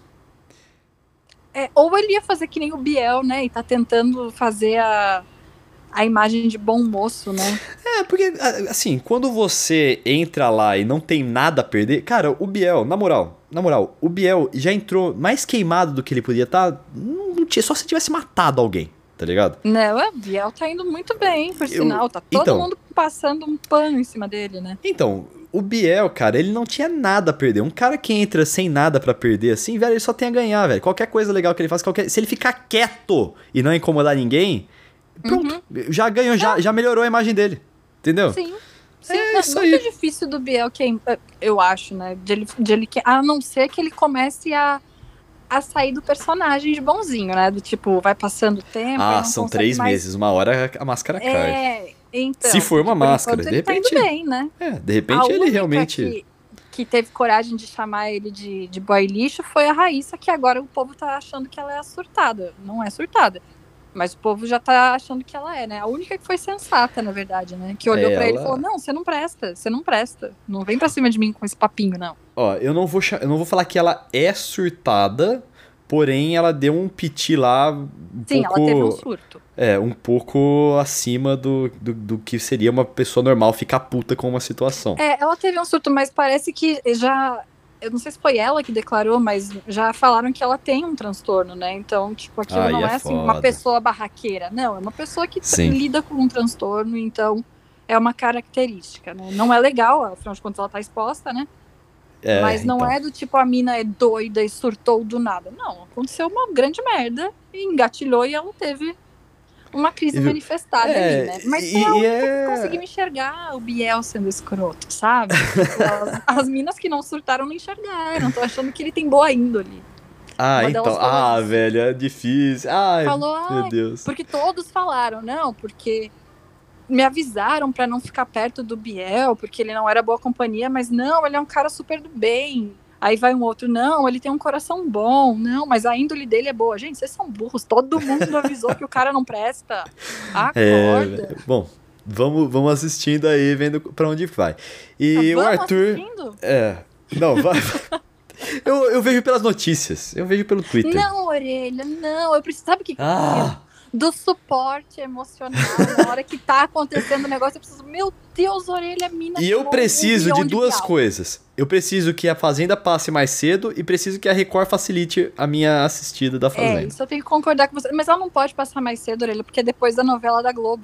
É, ou ele ia fazer que nem o Biel, né? E tá tentando fazer a, a imagem de bom moço, né? É, porque, assim, quando você entra lá e não tem nada a perder... Cara, o Biel, na moral, na moral, o Biel já entrou mais queimado do que ele podia estar. Não, não tinha, só se tivesse matado alguém, tá ligado? Não, o Biel tá indo muito bem, por Eu- sinal. Tá todo então. mundo passando um pano em cima dele, né? Então, o Biel, cara, ele não tinha nada a perder. Um cara que entra sem nada pra perder, assim, velho, ele só tem a ganhar, velho. Qualquer coisa legal que ele faz, qualquer... se ele ficar quieto e não incomodar ninguém, pronto, já ganhou, já, já melhorou a imagem dele, entendeu? Sim. Sim, É não, isso muito aí. difícil do Biel, que eu acho, né? De ele, de ele, que- a não ser que ele comece a, a sair do personagem de bonzinho, né? Do tipo, vai passando o tempo. Ah, ele não são consegue três mais- meses, uma hora a máscara cai. É, então. Se for uma por máscara, enquanto de ele tá repente- indo bem, né? É, de A repente ele única realmente... Que, que teve coragem de chamar ele de, de boy lixo foi a Raíssa, que agora o povo tá achando que ela é a surtada. Não é surtada. Mas o povo já tá achando que ela é, né? A única que foi sensata, na verdade, né? Que olhou pra ele e Ela- falou: não, você não presta, você não presta. Não vem pra cima de mim com esse papinho, não. Ó, eu não vou, cha- eu não vou falar que ela é surtada, porém ela deu um piti lá um Sim, pouco... ela teve um surto. É, um pouco acima do, do, do que seria uma pessoa normal ficar puta com uma situação. É, ela teve um surto, mas parece que já. Eu não sei se foi ela que declarou, mas já falaram que ela tem um transtorno, né? Então, tipo, aquilo Aí não é é assim uma foda. pessoa barraqueira. Não, é uma pessoa que Sim. lida com um transtorno, então é uma característica, né? Não é legal, afinal de contas ela tá exposta, né? É, Mas não então. é do tipo a mina é doida e surtou do nada. Não, aconteceu uma grande merda e engatilhou e ela teve uma crise E- manifestada é, ali, né? Mas e- foi a e única é- que conseguiu enxergar o Biel sendo escroto, sabe? Tipo, as, as minas que não surtaram não enxergaram, tô achando que ele tem boa índole. Ah, uma então. delas falou Ah, isso. velho, é difícil. Ai, Falou, meu ai, Deus. porque todos falaram, não, porque me avisaram pra não ficar perto do Biel, porque ele não era boa companhia, mas não, ele é um cara super do bem. Aí vai um outro, não, ele tem um coração bom, não, mas a índole dele é boa. Gente, vocês são burros, todo mundo avisou que o cara não presta. É, Acorda. velho. Bom, vamos, vamos assistindo aí, vendo pra onde vai. E o Tá, Vamos Arthur. assistindo? É. Não, vai. eu, eu vejo pelas notícias. Eu vejo pelo Twitter. Não, orelha, não. Eu preciso, sabe o que que eu Ah! preciso? Do suporte emocional. Na hora que tá acontecendo o negócio, eu preciso, meu Deus, orelha, mina. E eu tomou preciso um de milhão duas Bial. coisas. Eu preciso que a Fazenda passe mais cedo e preciso que a Record facilite a minha assistida da É, Fazenda. isso eu tenho que concordar com você. Mas ela não pode passar mais cedo, orelha, porque é depois da novela da Globo.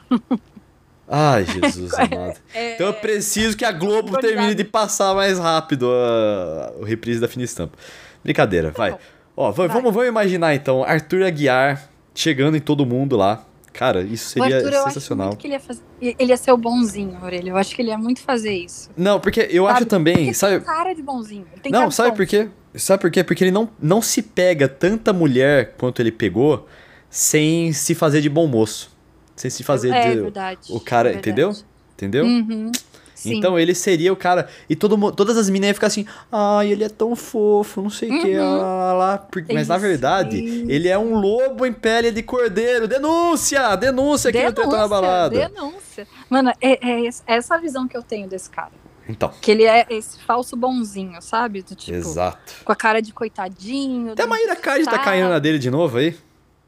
Ai, Jesus amado. É, Então eu preciso que a Globo Obrigada. termine de passar mais rápido a, o reprise da Fina Estampa. Brincadeira, vai. bom. Ó, va- Vai. Vamos, vamos imaginar então, Arthur Aguiar chegando em todo mundo lá. Cara, isso o seria Arthur, eu acho sensacional. muito que ele ia fazer. Ele ia ser o bonzinho, orelha. Eu acho que ele ia muito fazer isso. Não, porque eu acho Sabe? também, Porque sabe? tem cara de bonzinho. Ele tem Não, cara de sabe bom. por quê? Sabe por quê? Porque ele não, não se pega tanta mulher quanto ele pegou sem se fazer de bom moço. Sem se fazer É de. verdade. O cara, é verdade. entendeu? Entendeu? Uhum, sim. Então ele seria o cara. E todo, mu- todas as meninas iam ficar assim, ai, ele é tão fofo, não sei o que, Uhum. lá, lá, lá. Porque- Mas na Isso, verdade, isso. ele é um lobo em pele de cordeiro. Denúncia! Denúncia aqui no Treta na Balada. denúncia. Mano, é, é essa visão que eu tenho desse cara. Então. Que ele é esse falso bonzinho, sabe? Do tipo, Exato. Com a cara de coitadinho. Até a Mayra Card tá caindo na dele de novo aí.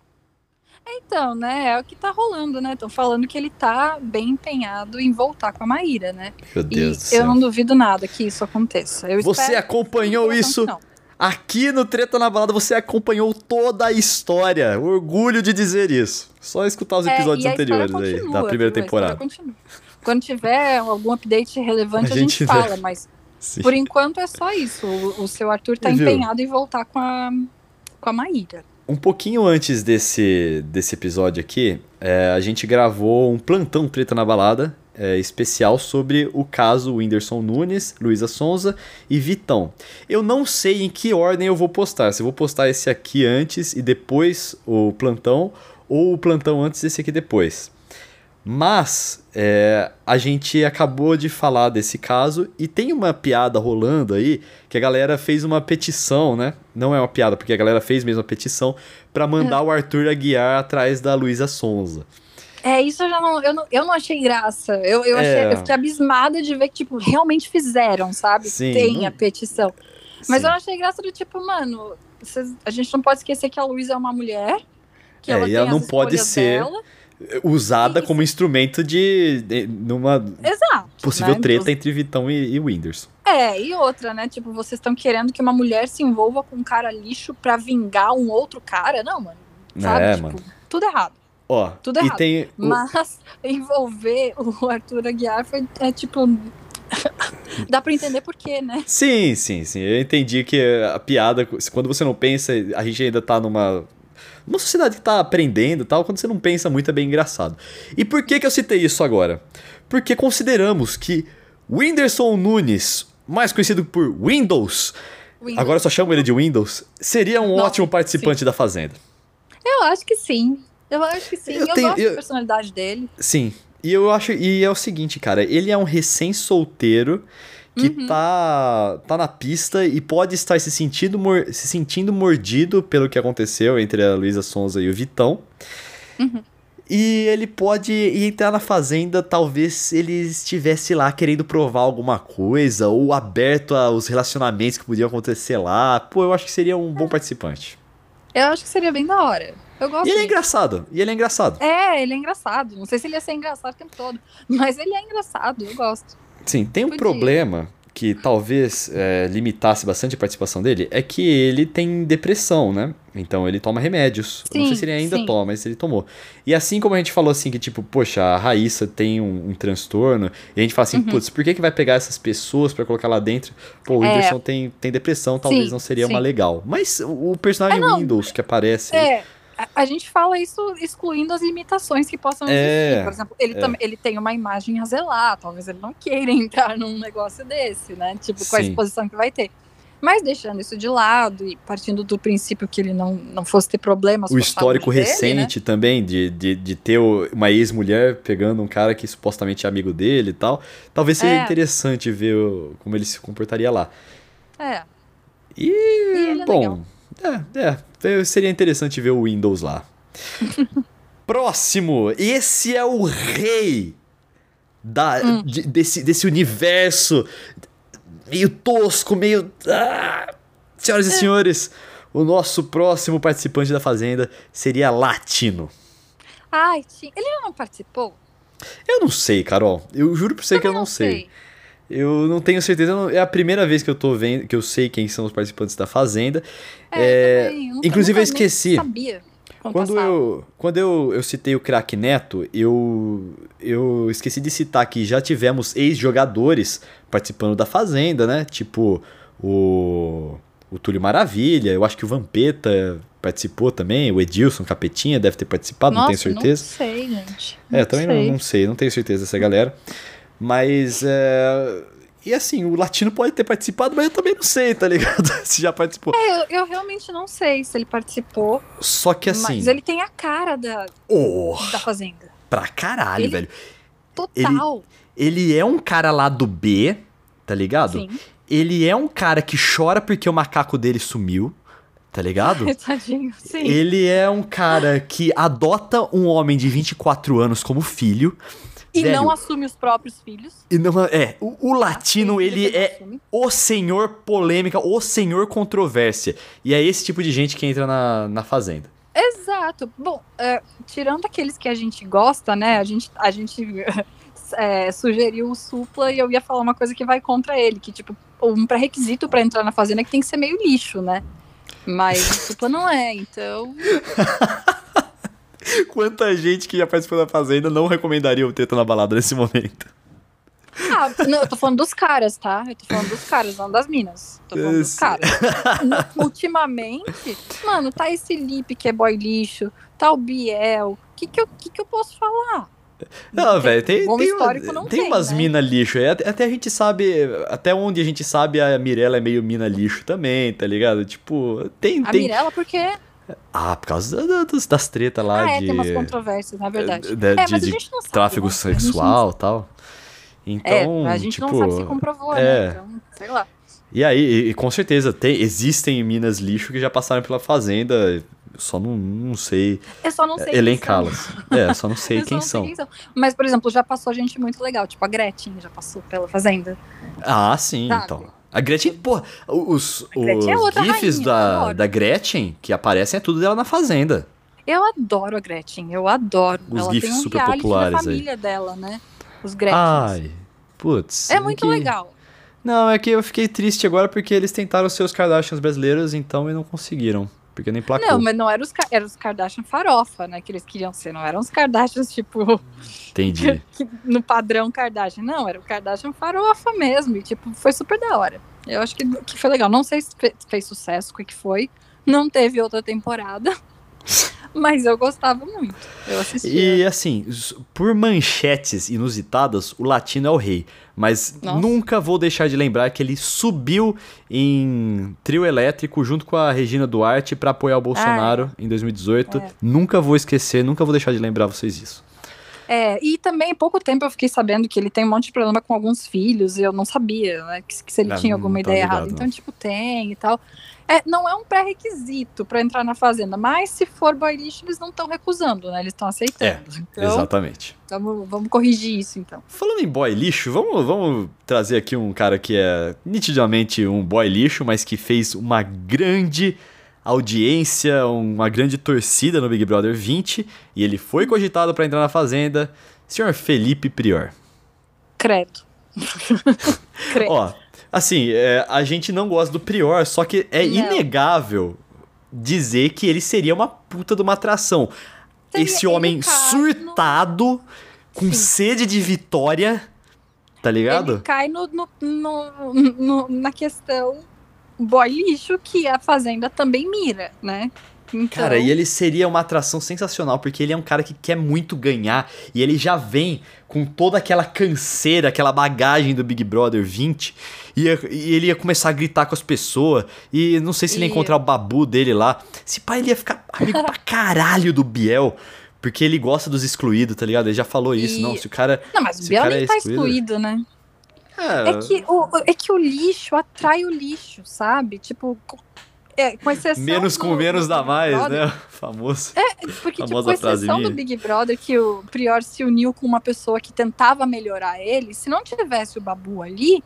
Então, né, é o que tá rolando, né? Estão falando que ele tá bem empenhado em voltar com a Maíra, né? Meu Deus e do céu. eu não duvido nada que isso aconteça. Eu você acompanhou isso aqui no Treta na Balada, você acompanhou toda a história. Orgulho de dizer isso. Só escutar os episódios é, anteriores continua, aí, da primeira viu? temporada. Quando tiver algum update relevante, a, a gente, gente fala, mas Sim. por enquanto é só isso. O, o seu Arthur tá empenhado em voltar com a, com a Maíra. Um pouquinho antes desse, desse episódio aqui, é, a gente gravou um plantão Treta na Balada é, especial sobre o caso Whindersson Nunes, Luísa Sonza e Vitão. Eu não sei em que ordem eu vou postar, se eu vou postar esse aqui antes e depois o plantão, ou o plantão antes e esse aqui depois. Mas é, a gente acabou de falar desse caso e tem uma piada rolando aí que a galera fez uma petição, né? Não é uma piada, porque a galera fez mesmo uma petição pra mandar o Arthur Aguiar atrás da Luísa Sonza. É, isso eu já não, eu não, eu não achei graça. Eu, eu, achei, é. eu fiquei abismada de ver que, tipo, realmente fizeram, sabe? Sim, tem não... a petição. Mas Sim. eu não achei graça do tipo, mano, vocês, a gente não pode esquecer que a Luísa é uma mulher, que é, ela e tem ela não as pode ser dela. usada Isso. como instrumento de, de numa Exato, possível né? treta entre Vitão e, e Whindersson. É, e outra, né? Tipo, vocês estão querendo que uma mulher se envolva com um cara lixo pra vingar um outro cara? Não, mano. Sabe? É, tipo, mano. Tudo errado. Ó, tudo errado. E tem o... Mas envolver o Arthur Aguiar foi, é tipo... Dá pra entender por quê, né? Sim, sim, sim. Eu entendi que a piada, quando você não pensa, a gente ainda tá numa... Uma sociedade que tá aprendendo e tal, quando você não pensa muito é bem engraçado. E por que que eu citei isso agora? Porque consideramos que Whindersson Nunes, mais conhecido por Windows, Windows. agora eu só chamo ele de Windows, seria um Nossa, ótimo participante sim. da Fazenda. Eu acho que sim. Eu acho que sim. Eu, eu tenho, gosto eu... da personalidade dele. Sim. E eu acho. E é o seguinte, cara, ele é um recém-solteiro que uhum. tá, tá na pista e pode estar se sentindo, mor- se sentindo mordido pelo que aconteceu entre a Luísa Sonza e o Vitão. Uhum. E ele pode entrar na Fazenda, talvez ele estivesse lá querendo provar alguma coisa, ou aberto aos relacionamentos que podiam acontecer lá. Pô, eu acho que seria um bom participante. Eu acho que seria bem da hora. Eu gosto e ele dele. é engraçado. E ele é engraçado. É, ele é engraçado. Não sei se ele ia ser engraçado o tempo todo, mas ele é engraçado, eu gosto. Sim, tem um Podia. problema que talvez é, limitasse bastante a participação dele, é que ele tem depressão, né? Então ele toma remédios. Sim, não sei se ele ainda sim. toma, mas ele tomou. E assim como a gente falou assim, que tipo, poxa, a Raíssa tem um, um transtorno, e a gente fala assim, uhum. putz, por que que vai pegar essas pessoas pra colocar lá dentro? Pô, o Whindersson é. tem, tem depressão, talvez sim, não seria sim. uma legal. Mas o personagem é, Windows que aparece... É. A gente fala isso excluindo as limitações que possam existir. É, Por exemplo, ele, é. tam, ele tem uma imagem a zelar, talvez ele não queira entrar num negócio desse, né? Tipo, Sim. com a exposição que vai ter. Mas deixando isso de lado e partindo do princípio que ele não, não fosse ter problemas o com histórico dele, recente né? também, de, de, de ter uma ex-mulher pegando um cara que supostamente é amigo dele e tal, talvez seja é. interessante ver o, como ele se comportaria lá. É. E, e bom... Legal. É, é, seria interessante ver o Windows lá. Próximo, esse é o rei da, hum. de, desse, desse universo meio tosco, meio... Ah, senhoras e senhores, o nosso próximo participante da Fazenda seria Latino. Ai, ele não participou? Eu não sei, Carol. Eu juro pra você eu que eu não sei. sei. Eu não tenho certeza, não, é a primeira vez que eu tô vendo, que eu sei quem são os participantes da Fazenda. É, é, eu nunca, inclusive nunca eu esqueci. Sabia quando eu, quando eu, eu citei o Craque Neto, eu, eu esqueci de citar que já tivemos ex-jogadores participando da Fazenda, né? Tipo o, o Túlio Maravilha, eu acho que o Vampeta participou também, o Edilson Capetinha deve ter participado, Nossa, não tenho certeza. Não sei, gente. Não é, também sei. Não, não sei, não tenho certeza dessa galera. Mas, é... E assim, o Latino pode ter participado, mas eu também não sei, tá ligado? Se já participou. É, eu, eu realmente não sei se ele participou. Só que assim... Mas ele tem a cara da, oh, da Fazenda. Pra caralho, ele... velho. Total. Ele, ele é um cara lá do B, tá ligado? Sim. Ele é um cara que chora porque o macaco dele sumiu, tá ligado? Tadinho, sim. Ele é um cara que adota um homem de vinte e quatro anos como filho. E Velho, não assume os próprios filhos. E não, é, o, o latino, ele Ele não é assume. o senhor polêmica, o senhor controvérsia. E é esse tipo de gente que entra na, na Fazenda. Exato. Bom, é, tirando aqueles que a gente gosta, né? A gente, a gente é, sugeriu o Supla e eu ia falar uma coisa que vai contra ele, que tipo, um pré-requisito pra entrar na Fazenda é que tem que ser meio lixo, né? Mas o Supla não é, então... Quanta gente que já participou da Fazenda não recomendaria o Treta na Balada nesse momento. Ah, não, eu tô falando dos caras, tá? Eu tô falando dos caras, não das minas. Tô falando dos Esse- caras. No- ultimamente, mano, tá esse Lipe que é boy lixo, tá o Biel. O que que eu, que que eu posso falar? Não, velho, tem, bom tem, histórico não tem tem, umas né? mina lixo aí. Até, até a gente sabe, até onde a gente sabe, a Mirella é meio mina lixo também, tá ligado? Tipo, tem... A tem... Mirella, porque... Ah, por causa da- da- das, das tretas lá Ah, é, de... tem umas controvérsias, na verdade. de, é, de- mas a de gente não sabe, tráfego né? A gente sexual e tal. não- Então, é, a gente tipo, não sabe se comprovou, é. né? Então, sei lá. E aí, e, e com certeza, tem, existem minas lixo que já passaram pela Fazenda, eu só não, não sei Eu só não sei elencá-las. É, só não sei Eu só quem não sei são. quem são. Mas, por exemplo, já passou gente muito legal, tipo a Gretchen já passou pela Fazenda. Ah, sim, Sabe? então. A Gretchen, pô, os, A Gretchen é os outra gifs rainha, eu da, adoro. da Gretchen que aparecem é tudo dela na Fazenda. Eu adoro a Gretchen, eu adoro. Os Ela gifs tem um super reality populares da aí. família dela, né? Os Gretchens. Ai, putz. é muito que... legal. Não, é que eu fiquei triste agora porque eles tentaram ser os Kardashians brasileiros, então e não conseguiram. Porque nem placou. Não, mas não eram os, Ka- eram os Kardashian farofa, né? Que eles queriam ser. Não eram os Kardashians, tipo, Entendi. que- no padrão Kardashian. Não, era o Kardashian farofa mesmo. E, tipo, foi super da hora. Eu acho que, que foi legal. Não sei se fe- fez sucesso, o que que foi. Não teve outra temporada. Mas eu gostava muito. Eu assistia. E assim, s- por manchetes inusitadas, o latino é o rei. Mas Nossa. nunca vou deixar de lembrar que ele subiu em trio elétrico junto com a Regina Duarte pra apoiar o Bolsonaro em dois mil e dezoito. É. Nunca vou esquecer, nunca vou deixar de lembrar vocês isso. É, e também, há pouco tempo eu fiquei sabendo que ele tem um monte de problema com alguns filhos, e eu não sabia, né, que, que se ele Ah, tinha não alguma tava ideia ligado, errada. não. Então, tipo, tem e tal. É, não é um pré-requisito pra entrar na Fazenda, mas se for boy lixo, eles não estão recusando, né? Eles estão aceitando. então, Exatamente. Vamos, vamos corrigir isso, então. Falando em boy lixo, vamos, vamos trazer aqui um cara que é nitidamente um boy lixo, mas que fez uma grande audiência, uma grande torcida no Big Brother vinte, e ele foi cogitado para entrar na Fazenda, senhor Felipe Prior. Credo. Credo. Ó, assim, é, a gente não gosta do Prior, só que é Não. inegável dizer que ele seria uma puta de uma atração. Seria Esse homem ele, cara, surtado, com Sim. sede de vitória, tá ligado? Ele cai no, no- no- no- na questão boy lixo que a Fazenda também mira, né? Então, Cara, e ele seria uma atração sensacional, porque ele é um cara que quer muito ganhar, e ele já vem com toda aquela canseira, aquela bagagem do Big Brother vinte, e, ia- e ele ia começar a gritar com as pessoas, e não sei se ele ia Ia. encontrar o babu dele lá. Se pá, ele ia ficar amigo pra caralho do Biel, porque ele gosta dos excluídos, tá ligado? Ele já falou isso, E- não, se o cara... Não, mas o se Biel cara nem é tá excluído- excluído, né? É, É que, o, é que o lixo atrai o lixo, sabe? Tipo, co- é, com exceção menos do- com menos do dá Big mais, Brother, né? Famoso. Porque, tipo, Famosa com frase exceção minha. do Big Brother, que o Prior se uniu com uma pessoa que tentava melhorar ele, se não tivesse o Babu ali,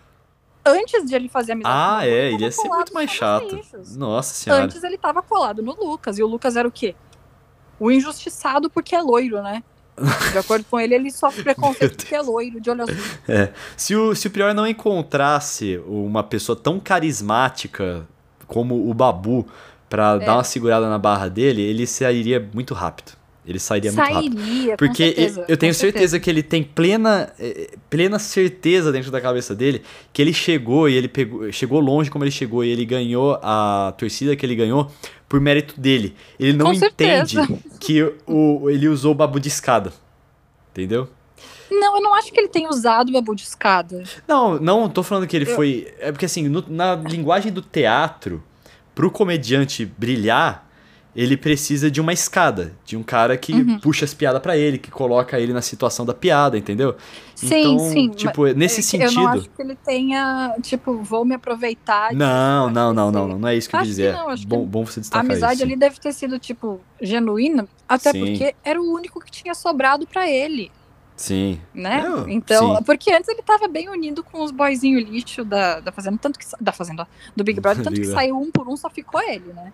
antes de ele fazer amizade com o Ah, Babu, é, ele ele tava ia ser colado muito mais só nos chato. lixos. Nossa senhora. Antes ele tava colado no Lucas, e o Lucas era o quê? O injustiçado porque é loiro, né? De acordo com ele, ele sofre preconceito porque é loiro, de olho azul. É. Se o, se o Prior não encontrasse uma pessoa tão carismática como o Babu pra É. dar uma segurada na barra dele, ele sairia muito rápido. Ele sairia muito rápido. Sairia, com Porque certeza, eu, eu tenho com certeza que ele tem plena, eh, plena certeza dentro da cabeça dele que ele chegou e ele pegou, chegou longe como ele chegou e ele ganhou a torcida que ele ganhou por mérito dele. Ele não Com entende certeza. que o, ele usou o Babu de escada. Entendeu? Não, eu não acho que ele tenha usado o Babu de escada. Não, não tô falando que ele Eu- foi. É porque assim, no- na linguagem do teatro, pro comediante brilhar, ele precisa de uma escada, de um cara que Uhum. puxa as piadas pra ele, que coloca ele na situação da piada, entendeu? Sim, então, sim. tipo, mas nesse é que sentido. Eu não acho que ele tenha, tipo, vou me aproveitar disso Não, pra não, não, crescer. não, não, não é isso que eu Acho quis que dizer. não, acho bom, que bom você A destacar amizade isso. ali deve ter sido, tipo, genuína, até Sim. porque era o único que tinha sobrado pra ele. Sim. Né? É, então, sim. porque antes ele tava bem unido com os boyzinhos lixo da, da Fazenda, tanto que da Fazenda, do Big Brother, tanto que saiu um por um, só ficou ele, né?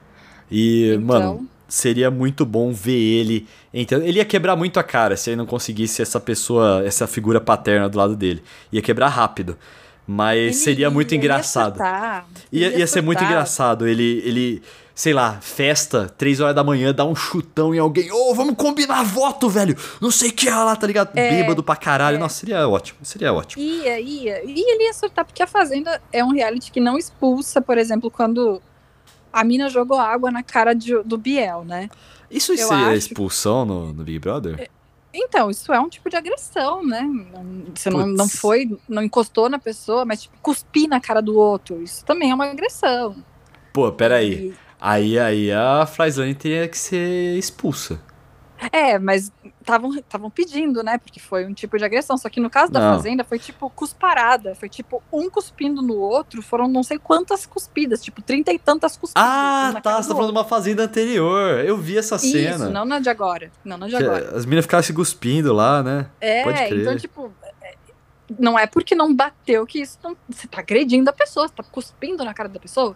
E, então... mano, seria muito bom ver ele entrando. Ele ia quebrar muito a cara se ele não conseguisse essa pessoa, essa figura paterna do lado dele. Ia quebrar rápido. Mas ele seria muito ia, engraçado. Ia, surtar, ia, ia, ia ser muito engraçado. Ele, ele, sei lá, festa, três horas da manhã, dá um chutão em alguém. Ô, oh, vamos combinar voto, velho. Não sei o que lá, tá ligado? É, bêbado pra caralho. É. Nossa, seria ótimo. Seria ótimo. Ia, ia. E ele ia surtar, porque a Fazenda é um reality que não expulsa, por exemplo, quando a mina jogou água na cara de, do Biel, né? Isso Eu seria acho... expulsão no, no Big Brother? É. Então, isso é um tipo de agressão, né? Você não, não foi, não encostou na pessoa, mas tipo, cuspir na cara do outro. Isso também é uma agressão. Pô, peraí. E... Aí, aí a Flyslane teria que ser expulsa. É, mas estavam pedindo, né? Porque foi um tipo de agressão. Só que no caso da não. Fazenda foi tipo cusparada. Foi tipo um cuspindo no outro. Foram não sei quantas cuspidas. Tipo, trinta e tantas cuspidas. Ah, tá. Você tá falando de uma Fazenda anterior. Eu vi essa Isso, cena. Isso, não na de agora. Não na de que agora. As meninas ficaram se cuspindo lá, né? É, Pode crer. Então, tipo... Não é porque não bateu que isso não... Você tá agredindo a pessoa. Você tá cuspindo na cara da pessoa.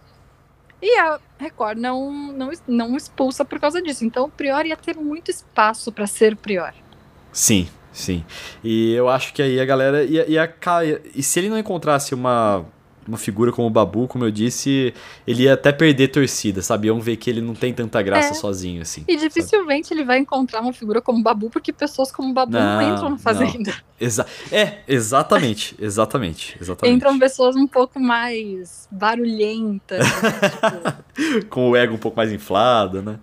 E a Record não, não, não expulsa por causa disso. Então o Prior ia ter muito espaço para ser Prior. Sim, sim. E eu acho que aí a galera ia, ia cair. E se ele não encontrasse uma, uma figura como o Babu, como eu disse, ele ia até perder torcida, sabe? Iam ver que ele não tem tanta graça é. sozinho, assim. E dificilmente sabe? Ele vai encontrar uma figura como o Babu, porque pessoas como o Babu não, não entram na Fazenda. Exa é, exatamente, exatamente, exatamente. Entram pessoas um pouco mais barulhentas, né? tipo... com o ego um pouco mais inflado, né?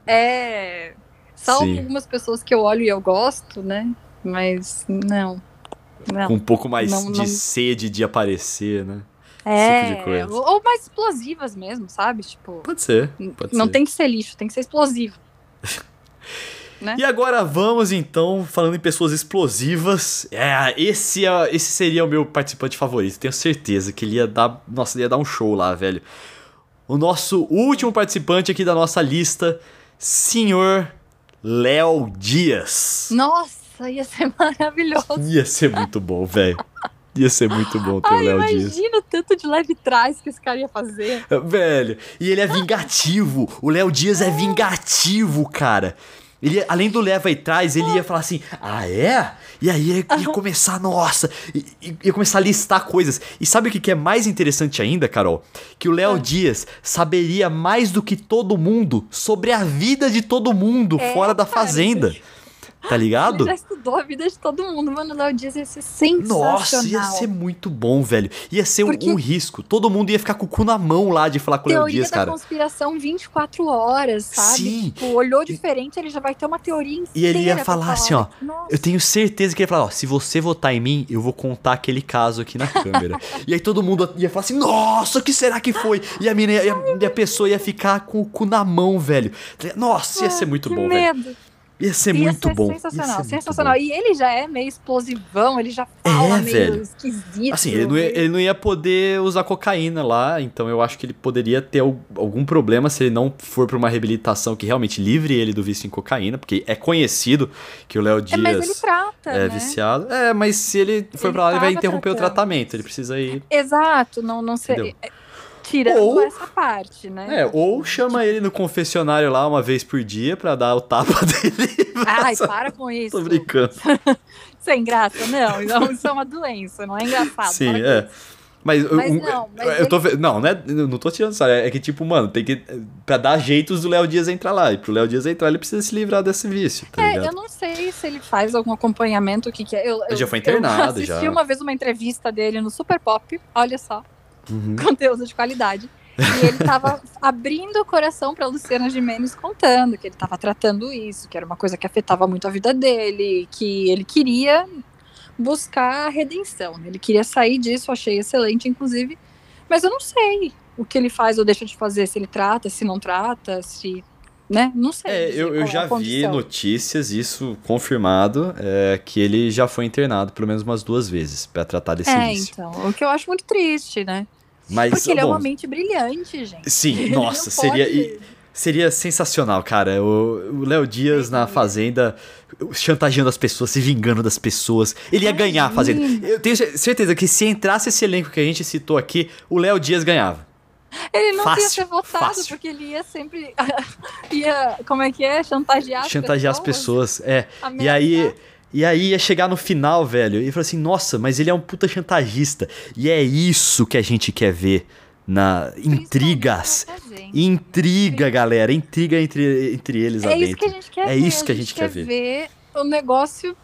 É, só Sim. algumas pessoas que eu olho e eu gosto, né? Mas não, não. Com um pouco mais não, de não... sede de aparecer, né? É, tipo de coisa. Ou mais explosivas mesmo, sabe? Tipo, pode ser, pode não ser. tem que ser lixo, tem que ser explosivo. Né? E agora vamos então, falando em pessoas explosivas, é, esse, é, esse seria o meu participante favorito, tenho certeza que ele ia dar, nossa, ele ia dar um show lá, velho. O nosso último participante aqui da nossa lista, senhor Léo Dias. Nossa, ia ser maravilhoso. Ia ser muito bom, velho. Ia ser muito bom ter Ai, o Léo Dias. Imagina o tanto de leve trás que esse cara ia fazer. Velho, e ele é vingativo. O Léo Dias é vingativo, cara. Ele, além do leva e traz, ele ia falar assim, ah, é? E aí ia, ia começar, nossa, ia, ia começar a listar coisas. E sabe o que é mais interessante ainda, Carol? Que o Léo é. Dias saberia mais do que todo mundo sobre a vida de todo mundo é, fora da Fazenda. Cara. Tá ligado? Ele já estudou a vida de todo mundo, mano. O Léo Dias ia ser sensacional. Nossa, ia ser muito bom, velho. Ia ser um, um risco. Todo mundo ia ficar com o cu na mão lá de falar com o Léo Dias, cara. Teoria da conspiração vinte e quatro horas, sabe? Sim. Tipo, olhou diferente, ele já vai ter uma teoria inteira. E ele ia falar assim, ó. Nossa. Eu tenho certeza que ele ia falar, ó, se você votar em mim, eu vou contar aquele caso aqui na câmera. E aí todo mundo ia falar assim, nossa, o que será que foi? E a, mina ia, e a pessoa ia ficar com o cu na mão, velho. Nossa, ia ser muito que bom, medo. velho. Ia ser ia muito ser bom. Sensacional, ser sensacional. Muito e ele já é meio explosivão, ele já fala é, meio velho. esquisito. Assim, ele não, ia, ele não ia poder usar cocaína lá, então eu acho que ele poderia ter algum problema se ele não for pra uma reabilitação que realmente livre ele do vício em cocaína, porque é conhecido que o Léo Dias é, mas ele trata, é né? viciado. É, mas se ele for ele pra lá, ele vai interromper tratando. o tratamento, ele precisa ir... Exato, não, não sei... Tirando ou, essa parte, né? É, ou chama ele no confessionário lá uma vez por dia pra dar o tapa dele. Ai, para com isso. Tô brincando. Sem graça, não. Não, isso é uma doença, não é engraçado. Sim, é. Mas, mas um, não, mas eu ele... tô não, né? Não tô tirando isso. É que tipo, mano, tem que pra dar jeitos do Léo Dias entrar lá. E pro Léo Dias entrar, ele precisa se livrar desse vício, tá é, ligado? eu não sei se ele faz algum acompanhamento, o que que é. Eu, ele já foi internado, eu já. assisti uma vez uma entrevista dele no Super Pop, olha só, uhum. Conteúdo de qualidade. E ele tava abrindo o coração pra Luciana Gimenez, contando que ele tava tratando isso, que era uma coisa que afetava muito a vida dele, que ele queria buscar a redenção. Ele queria sair disso, achei excelente, inclusive. Mas eu não sei o que ele faz ou deixa de fazer, se ele trata, se não trata, se... né? Não sei. É, eu, eu já é vi notícias, isso confirmado, é, que ele já foi internado pelo menos umas duas vezes pra tratar desse é, vício. Então, o que eu acho muito triste, né? Mas, porque ele bom, é uma mente brilhante, gente. Sim, nossa, seria... E, Seria sensacional, cara. O Léo Dias na Fazenda chantageando as pessoas, se vingando das pessoas. Ele ia Imagina. ganhar a Fazenda. Eu tenho certeza que se entrasse esse elenco que a gente citou aqui, o Léo Dias ganhava. Ele não fácil, ia ser votado, fácil. porque ele ia sempre... ia, como é que é? Chantagear as Chantagear pessoas. as pessoas, é. E aí... E aí ia chegar no final, velho, e falar assim, nossa, mas ele é um puta chantagista. E é isso que a gente quer ver na intrigas. Intriga, galera, intriga entre, entre eles é lá dentro. Isso que a gente quer é ver. isso que a gente, gente quer, quer ver. ver o negócio,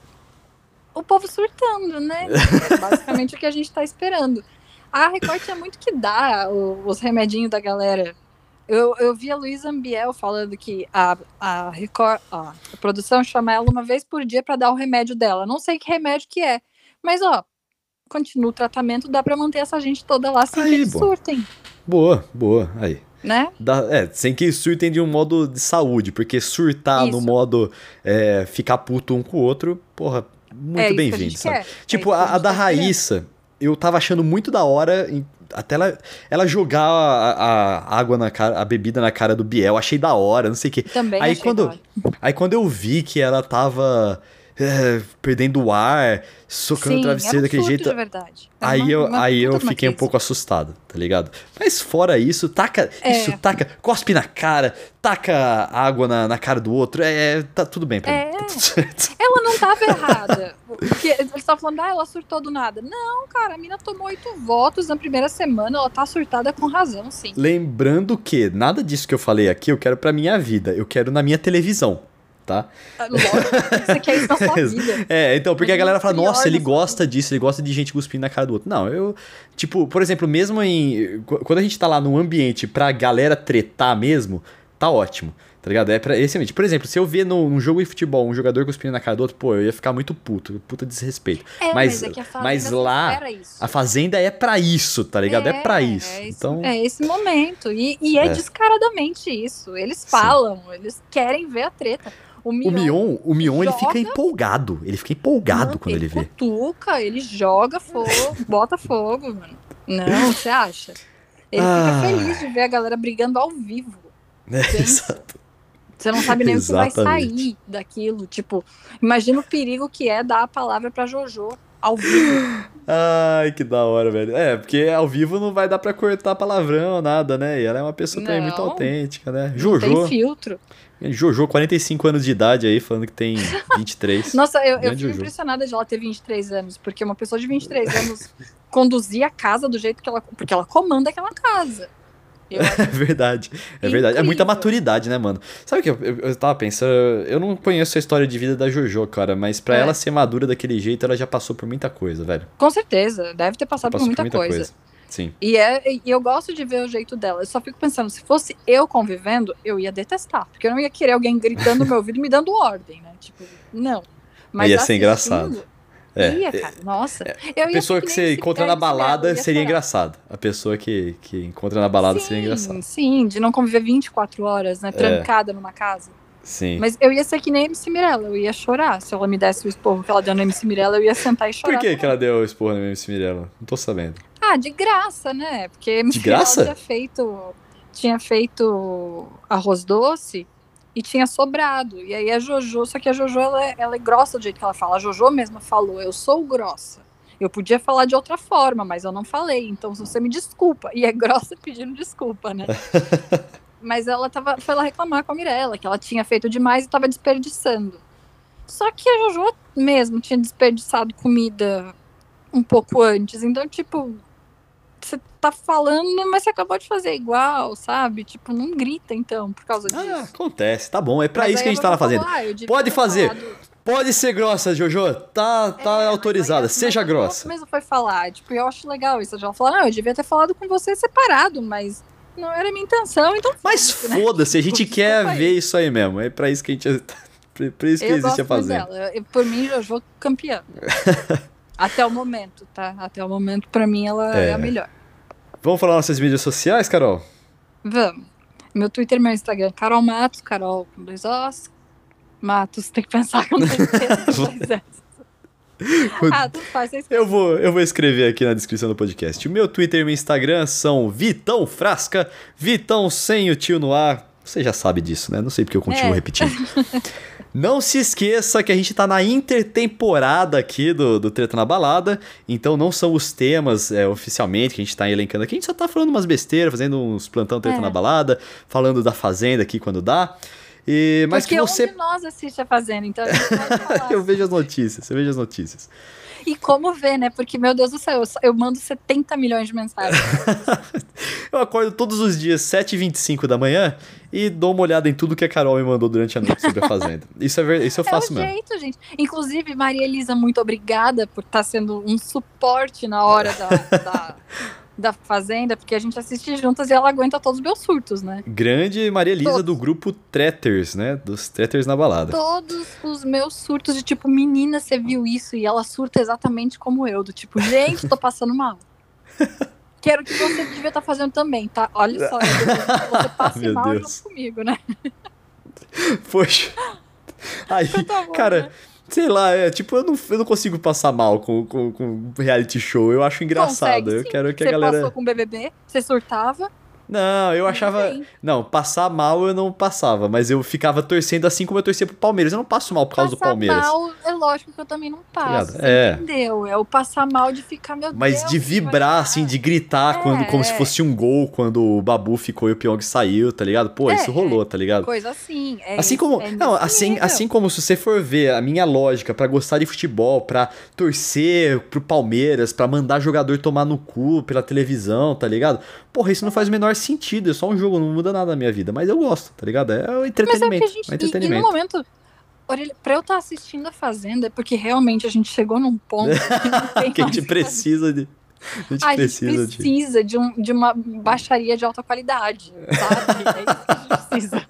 o povo surtando, né? É basicamente o que a gente tá esperando. A Record tinha muito que dar o, os remedinhos da galera. Eu, eu vi a Luísa Ambiel falando que a, a Record, ó, a produção chama ela uma vez por dia para dar o remédio dela. Não sei que remédio que é, mas ó, continua o tratamento, dá para manter essa gente toda lá sem aí, que eles bom. surtem. Boa, boa, aí. Né? Dá, é, sem que surtem de um modo de saúde, porque surtar isso. no modo é, ficar puto um com o outro, porra, muito é bem-vindo, sabe? Quer. Tipo, é a, a da Raíssa, eu tava achando muito da hora... Em, até ela, ela jogar a, a água na cara, a bebida na cara do Biel, achei da hora, não sei o quê. Também aí achei quando, da hora. Aí quando eu vi que ela tava é, perdendo o ar, socando Sim, o travesseiro daquele jeito. De verdade. Aí uma, eu, uma aí eu fiquei um pouco pouco assustado, tá ligado? Mas fora isso, taca. É. Isso, taca, cospe na cara, taca água na, na cara do outro. É, tá tudo bem pra é. mim. Tá tudo certo. Ela não tava errada. Porque eles estavam falando, ah, ela surtou do nada. Não, cara, a mina tomou oito votos na primeira semana, ela tá surtada com razão, sim. Lembrando que nada disso que eu falei aqui eu quero pra minha vida, eu quero na minha televisão. Tá? Lógico, você quer isso na sua vida. É, então, porque a galera fala, nossa, ele gosta disso, ele gosta de gente cuspindo na cara do outro. Não, eu, tipo, por exemplo, mesmo em... Quando a gente tá lá num ambiente pra galera tretar mesmo, tá ótimo, tá ligado? É pra esse ambiente. Por exemplo, se eu ver no, num jogo de futebol um jogador cuspindo na cara do outro, pô, eu ia ficar muito puto, puta desrespeito. É, mas, mas, é que a mas lá, a Fazenda é pra isso, tá ligado? É, é pra isso. É esse, então... é esse momento. E, e é, é descaradamente isso. Eles falam, Sim. eles querem ver a treta. O Mion, o Mion, o Mion ele fica empolgado. Ele fica empolgado mano, quando ele, ele vê. Ele cutuca, ele joga fogo, bota fogo, mano. Não, você acha? Ele ah. fica feliz de ver a galera brigando ao vivo. É, exato. Você não sabe nem o que vai sair daquilo. Tipo, imagina o perigo que é dar a palavra pra Jojo ao vivo. Ai, que da hora, velho. É, porque ao vivo não vai dar pra cortar palavrão, nada, né? E ela é uma pessoa também muito autêntica, né? Jojo. Tem filtro. Jojo, quarenta e cinco anos de idade aí, falando que tem vinte e três. Nossa, eu, eu fico impressionada de ela ter vinte e três anos, porque uma pessoa de vinte e três anos conduzir a casa do jeito que ela... Porque ela comanda aquela casa. Eu é verdade, é incrível. verdade. É muita maturidade, né, mano? Sabe o que eu, eu, eu tava pensando? Eu não conheço a história de vida da Jojo, cara, mas pra é. ela ser madura daquele jeito, ela já passou por muita coisa, velho. Com certeza, deve ter passado por muita, por muita coisa. coisa. Sim. E, é, e eu gosto de ver o jeito dela. Eu só fico pensando, se fosse eu convivendo, eu ia detestar. Porque eu não ia querer alguém gritando no meu ouvido e me dando ordem, né? Tipo, não. Mas ia ser engraçado. É. Ia, cara. Nossa. É. Eu a pessoa que, que você encontra na balada seria engraçado. A pessoa que, que encontra na balada sim, seria engraçado. Sim, de não conviver vinte e quatro horas, né? Trancada é. numa casa. Sim. Mas eu ia ser que nem a M C Mirella, eu ia chorar. Se ela me desse o esporro que ela deu na M C Mirella, eu ia sentar e chorar. Por que, que ela deu o esporro na M C Mirella? Não tô sabendo. Ah, de graça, né? Porque a M C de graça? tinha feito, tinha feito arroz doce e tinha sobrado. E aí a Jojo, só que a Jojo, ela é, ela é grossa do jeito que ela fala. A Jojo mesma falou, eu sou grossa. Eu podia falar de outra forma, mas eu não falei. Então você me desculpa. E é grossa pedindo desculpa, né? Mas ela tava, foi lá reclamar com a Mirella, que ela tinha feito demais e tava desperdiçando. Só que a Jojo mesmo tinha desperdiçado comida um pouco antes. Então, tipo, você tá falando, mas você acabou de fazer igual, sabe? Tipo, não grita, então, por causa disso. Ah, acontece, tá bom. É pra mas isso que a gente tá lá fazendo. Ah, pode fazer. Falado... Pode ser grossa, Jojo. Tá, tá é, autorizada. Mas, Seja mas grossa. Mesmo foi falar. Tipo, eu acho legal isso. Ela falou, não, eu devia ter falado com você separado, mas... Não era minha intenção, então... Mas foda-se, né? A gente quer ver aí. Isso aí mesmo. É pra isso que a gente... Pra isso que eu existe a Fazenda. Dela. Eu, por mim, Jojo campeã. Até o momento, tá? Até o momento, pra mim, ela é, é a melhor. Vamos falar nossas mídias sociais, Carol? Vamos. Meu Twitter e meu Instagram, Carol Matos, Carol com dois Os. Matos, tem que pensar com dois S. Ah, tudo faz, você eu vou, eu vou escrever aqui na descrição do podcast. O meu Twitter e meu Instagram são Vitão Frasca, Vitão sem o tio no ar. Você já sabe disso, né? Não sei porque eu continuo É. repetindo. Não se esqueça que a gente tá na intertemporada aqui do, do Treta na Balada, então não são os temas é, oficialmente que a gente tá elencando aqui, a gente só tá falando umas besteiras, fazendo uns plantão Treta É. na Balada, falando da Fazenda aqui quando dá. E, mas Porque que você... um de nós assiste a Fazenda, então a gente pode falar. Eu vejo as notícias, eu vejo as notícias. E como ver, né? Porque, meu Deus do céu, eu, eu mando setenta milhões de mensagens. Eu acordo todos os dias, sete e vinte e cinco da manhã, e dou uma olhada em tudo que a Carol me mandou durante a noite sobre a Fazenda. Isso, é ver... Isso eu faço é o mesmo. jeito, gente. Inclusive, Maria Elisa, muito obrigada por estar sendo um suporte na hora da, da, da Fazenda, porque a gente assiste juntas e ela aguenta todos os meus surtos, né? Grande Maria Elisa Todos. do grupo Tretters, né? Dos Tretters na Balada. Todos os meus surtos de tipo, menina, você viu isso? E ela surta exatamente como eu, do tipo, gente, tô passando mal. Quero que você devia estar fazendo também, tá? Olha só, eu desejo que você passe Meu mal Deus. junto comigo, né? Poxa. Aí, Então tá bom, cara, né? sei lá, é tipo, eu não, eu não consigo passar mal com, com, com reality show. Eu acho engraçado. Consegue, eu sim. quero que Você a galera. passou com o B B B, você surtava. Não, eu Tudo achava. bem. Não, passar mal eu não passava, mas eu ficava torcendo assim como eu torcia pro Palmeiras. Eu não passo mal por causa do Passar Palmeiras. mal, é lógico que eu também não passo, ligado? você É. entendeu? É o passar mal de ficar, meu Mas Deus. de que vibrar, vai assim, dar. de gritar É, quando, como se é. fosse um gol quando o Babu ficou e o Pyong saiu, tá ligado? Pô, É, isso rolou, tá ligado? Coisa assim. É Assim esse- como, é não, nesse assim, nível. assim como se você for ver a minha lógica pra gostar de futebol, pra torcer pro Palmeiras, pra mandar jogador tomar no cu pela televisão, tá ligado? Porra, isso não faz o menor sentido, é só um jogo, não muda nada na minha vida, mas eu gosto, tá ligado? É o Mas é entretenimento, porque a gente. é o E, e no entretenimento. momento. Orelha, pra eu estar assistindo a Fazenda, é porque realmente a gente chegou num ponto que não tem que a mais gente o que fazer. precisa de a gente A gente precisa de precisa de, um, de uma baixaria de alta qualidade, sabe? É isso que a gente precisa.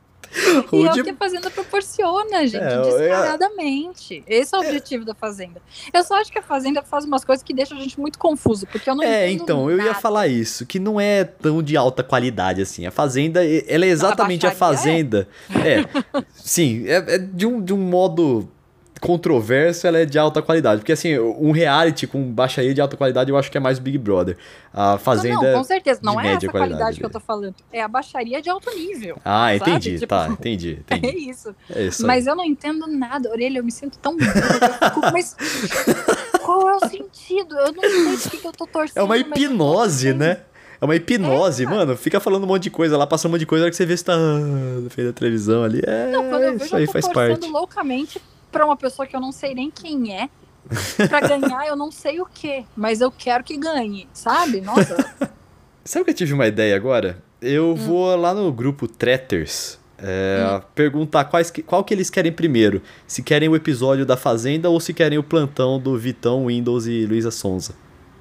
E Ou é de- o que a Fazenda proporciona, gente, É, eu- descaradamente. Esse é o objetivo da Fazenda. Eu só acho que a Fazenda faz umas coisas que deixam a gente muito confuso, porque eu não É, entendo então, eu ia nada. falar isso, que não é tão de alta qualidade assim. A Fazenda, e- ela é exatamente a baixaria Fazenda. É, sim, é, é de, um, de um modo controverso, ela é de alta qualidade. Porque assim, um reality com baixaria de alta qualidade, eu acho que é mais Big Brother. A Fazenda... Não, não, com certeza. Não de é média essa qualidade, qualidade que eu tô falando. É a baixaria de alto nível. Ah, sabe? entendi, Tipo, tá, entendi, É entendi. isso. É isso aí. Mas eu não entendo nada. Orelha, eu me sinto tão burra. Eu fico, mas qual é o sentido? Eu não sei por que que eu tô torcendo. É uma mas eu tô hipnose, torcendo. né? É uma hipnose, É, cara. mano. Fica falando um monte de coisa lá, passando um monte de coisa, na hora que você vê se tá ah, no meio da televisão ali. É, Não, quando eu vejo, isso aí eu tô faz torcendo parte. loucamente pra uma pessoa que eu não sei nem quem é. Pra ganhar, eu não sei o quê. Mas eu quero que ganhe, sabe? Nossa. Sabe que eu tive uma ideia agora? Eu Hum. vou lá no grupo Tretters é, perguntar quais que- qual que eles querem primeiro. Se querem o episódio da Fazenda ou se querem o plantão do Vitão, Windows e Luísa Sonza.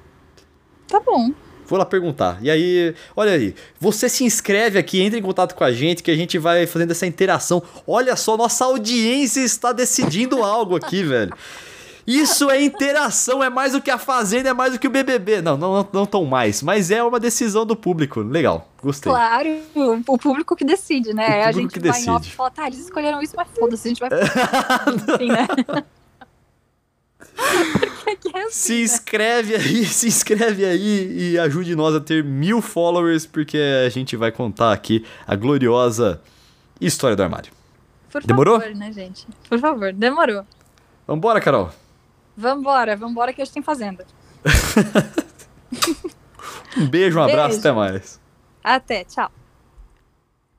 Tá bom. Vou lá perguntar. E aí, olha aí, você se inscreve aqui, entra em contato com a gente que a gente vai fazendo essa interação. Olha só, nossa audiência está decidindo algo aqui, velho. Isso é interação, é mais do que a Fazenda, é mais do que o B B B. Não, não, não tão mais, mas é uma decisão do público. Legal, gostei. Claro, o público que decide, né? O a público gente que vai decide. em off e fala, tá, eles escolheram isso, mas foda-se, a gente vai. Enfim, né? Porque que é assim, Se né? inscreve aí, se inscreve aí e ajude nós a ter mil followers, porque a gente vai contar aqui a gloriosa história do armário. Por Demorou? favor, né, gente? Por favor, demorou. Vambora, Carol. Vambora, vambora que a gente tem Fazenda. Um beijo, um abraço, Beijo. até mais. Até, tchau.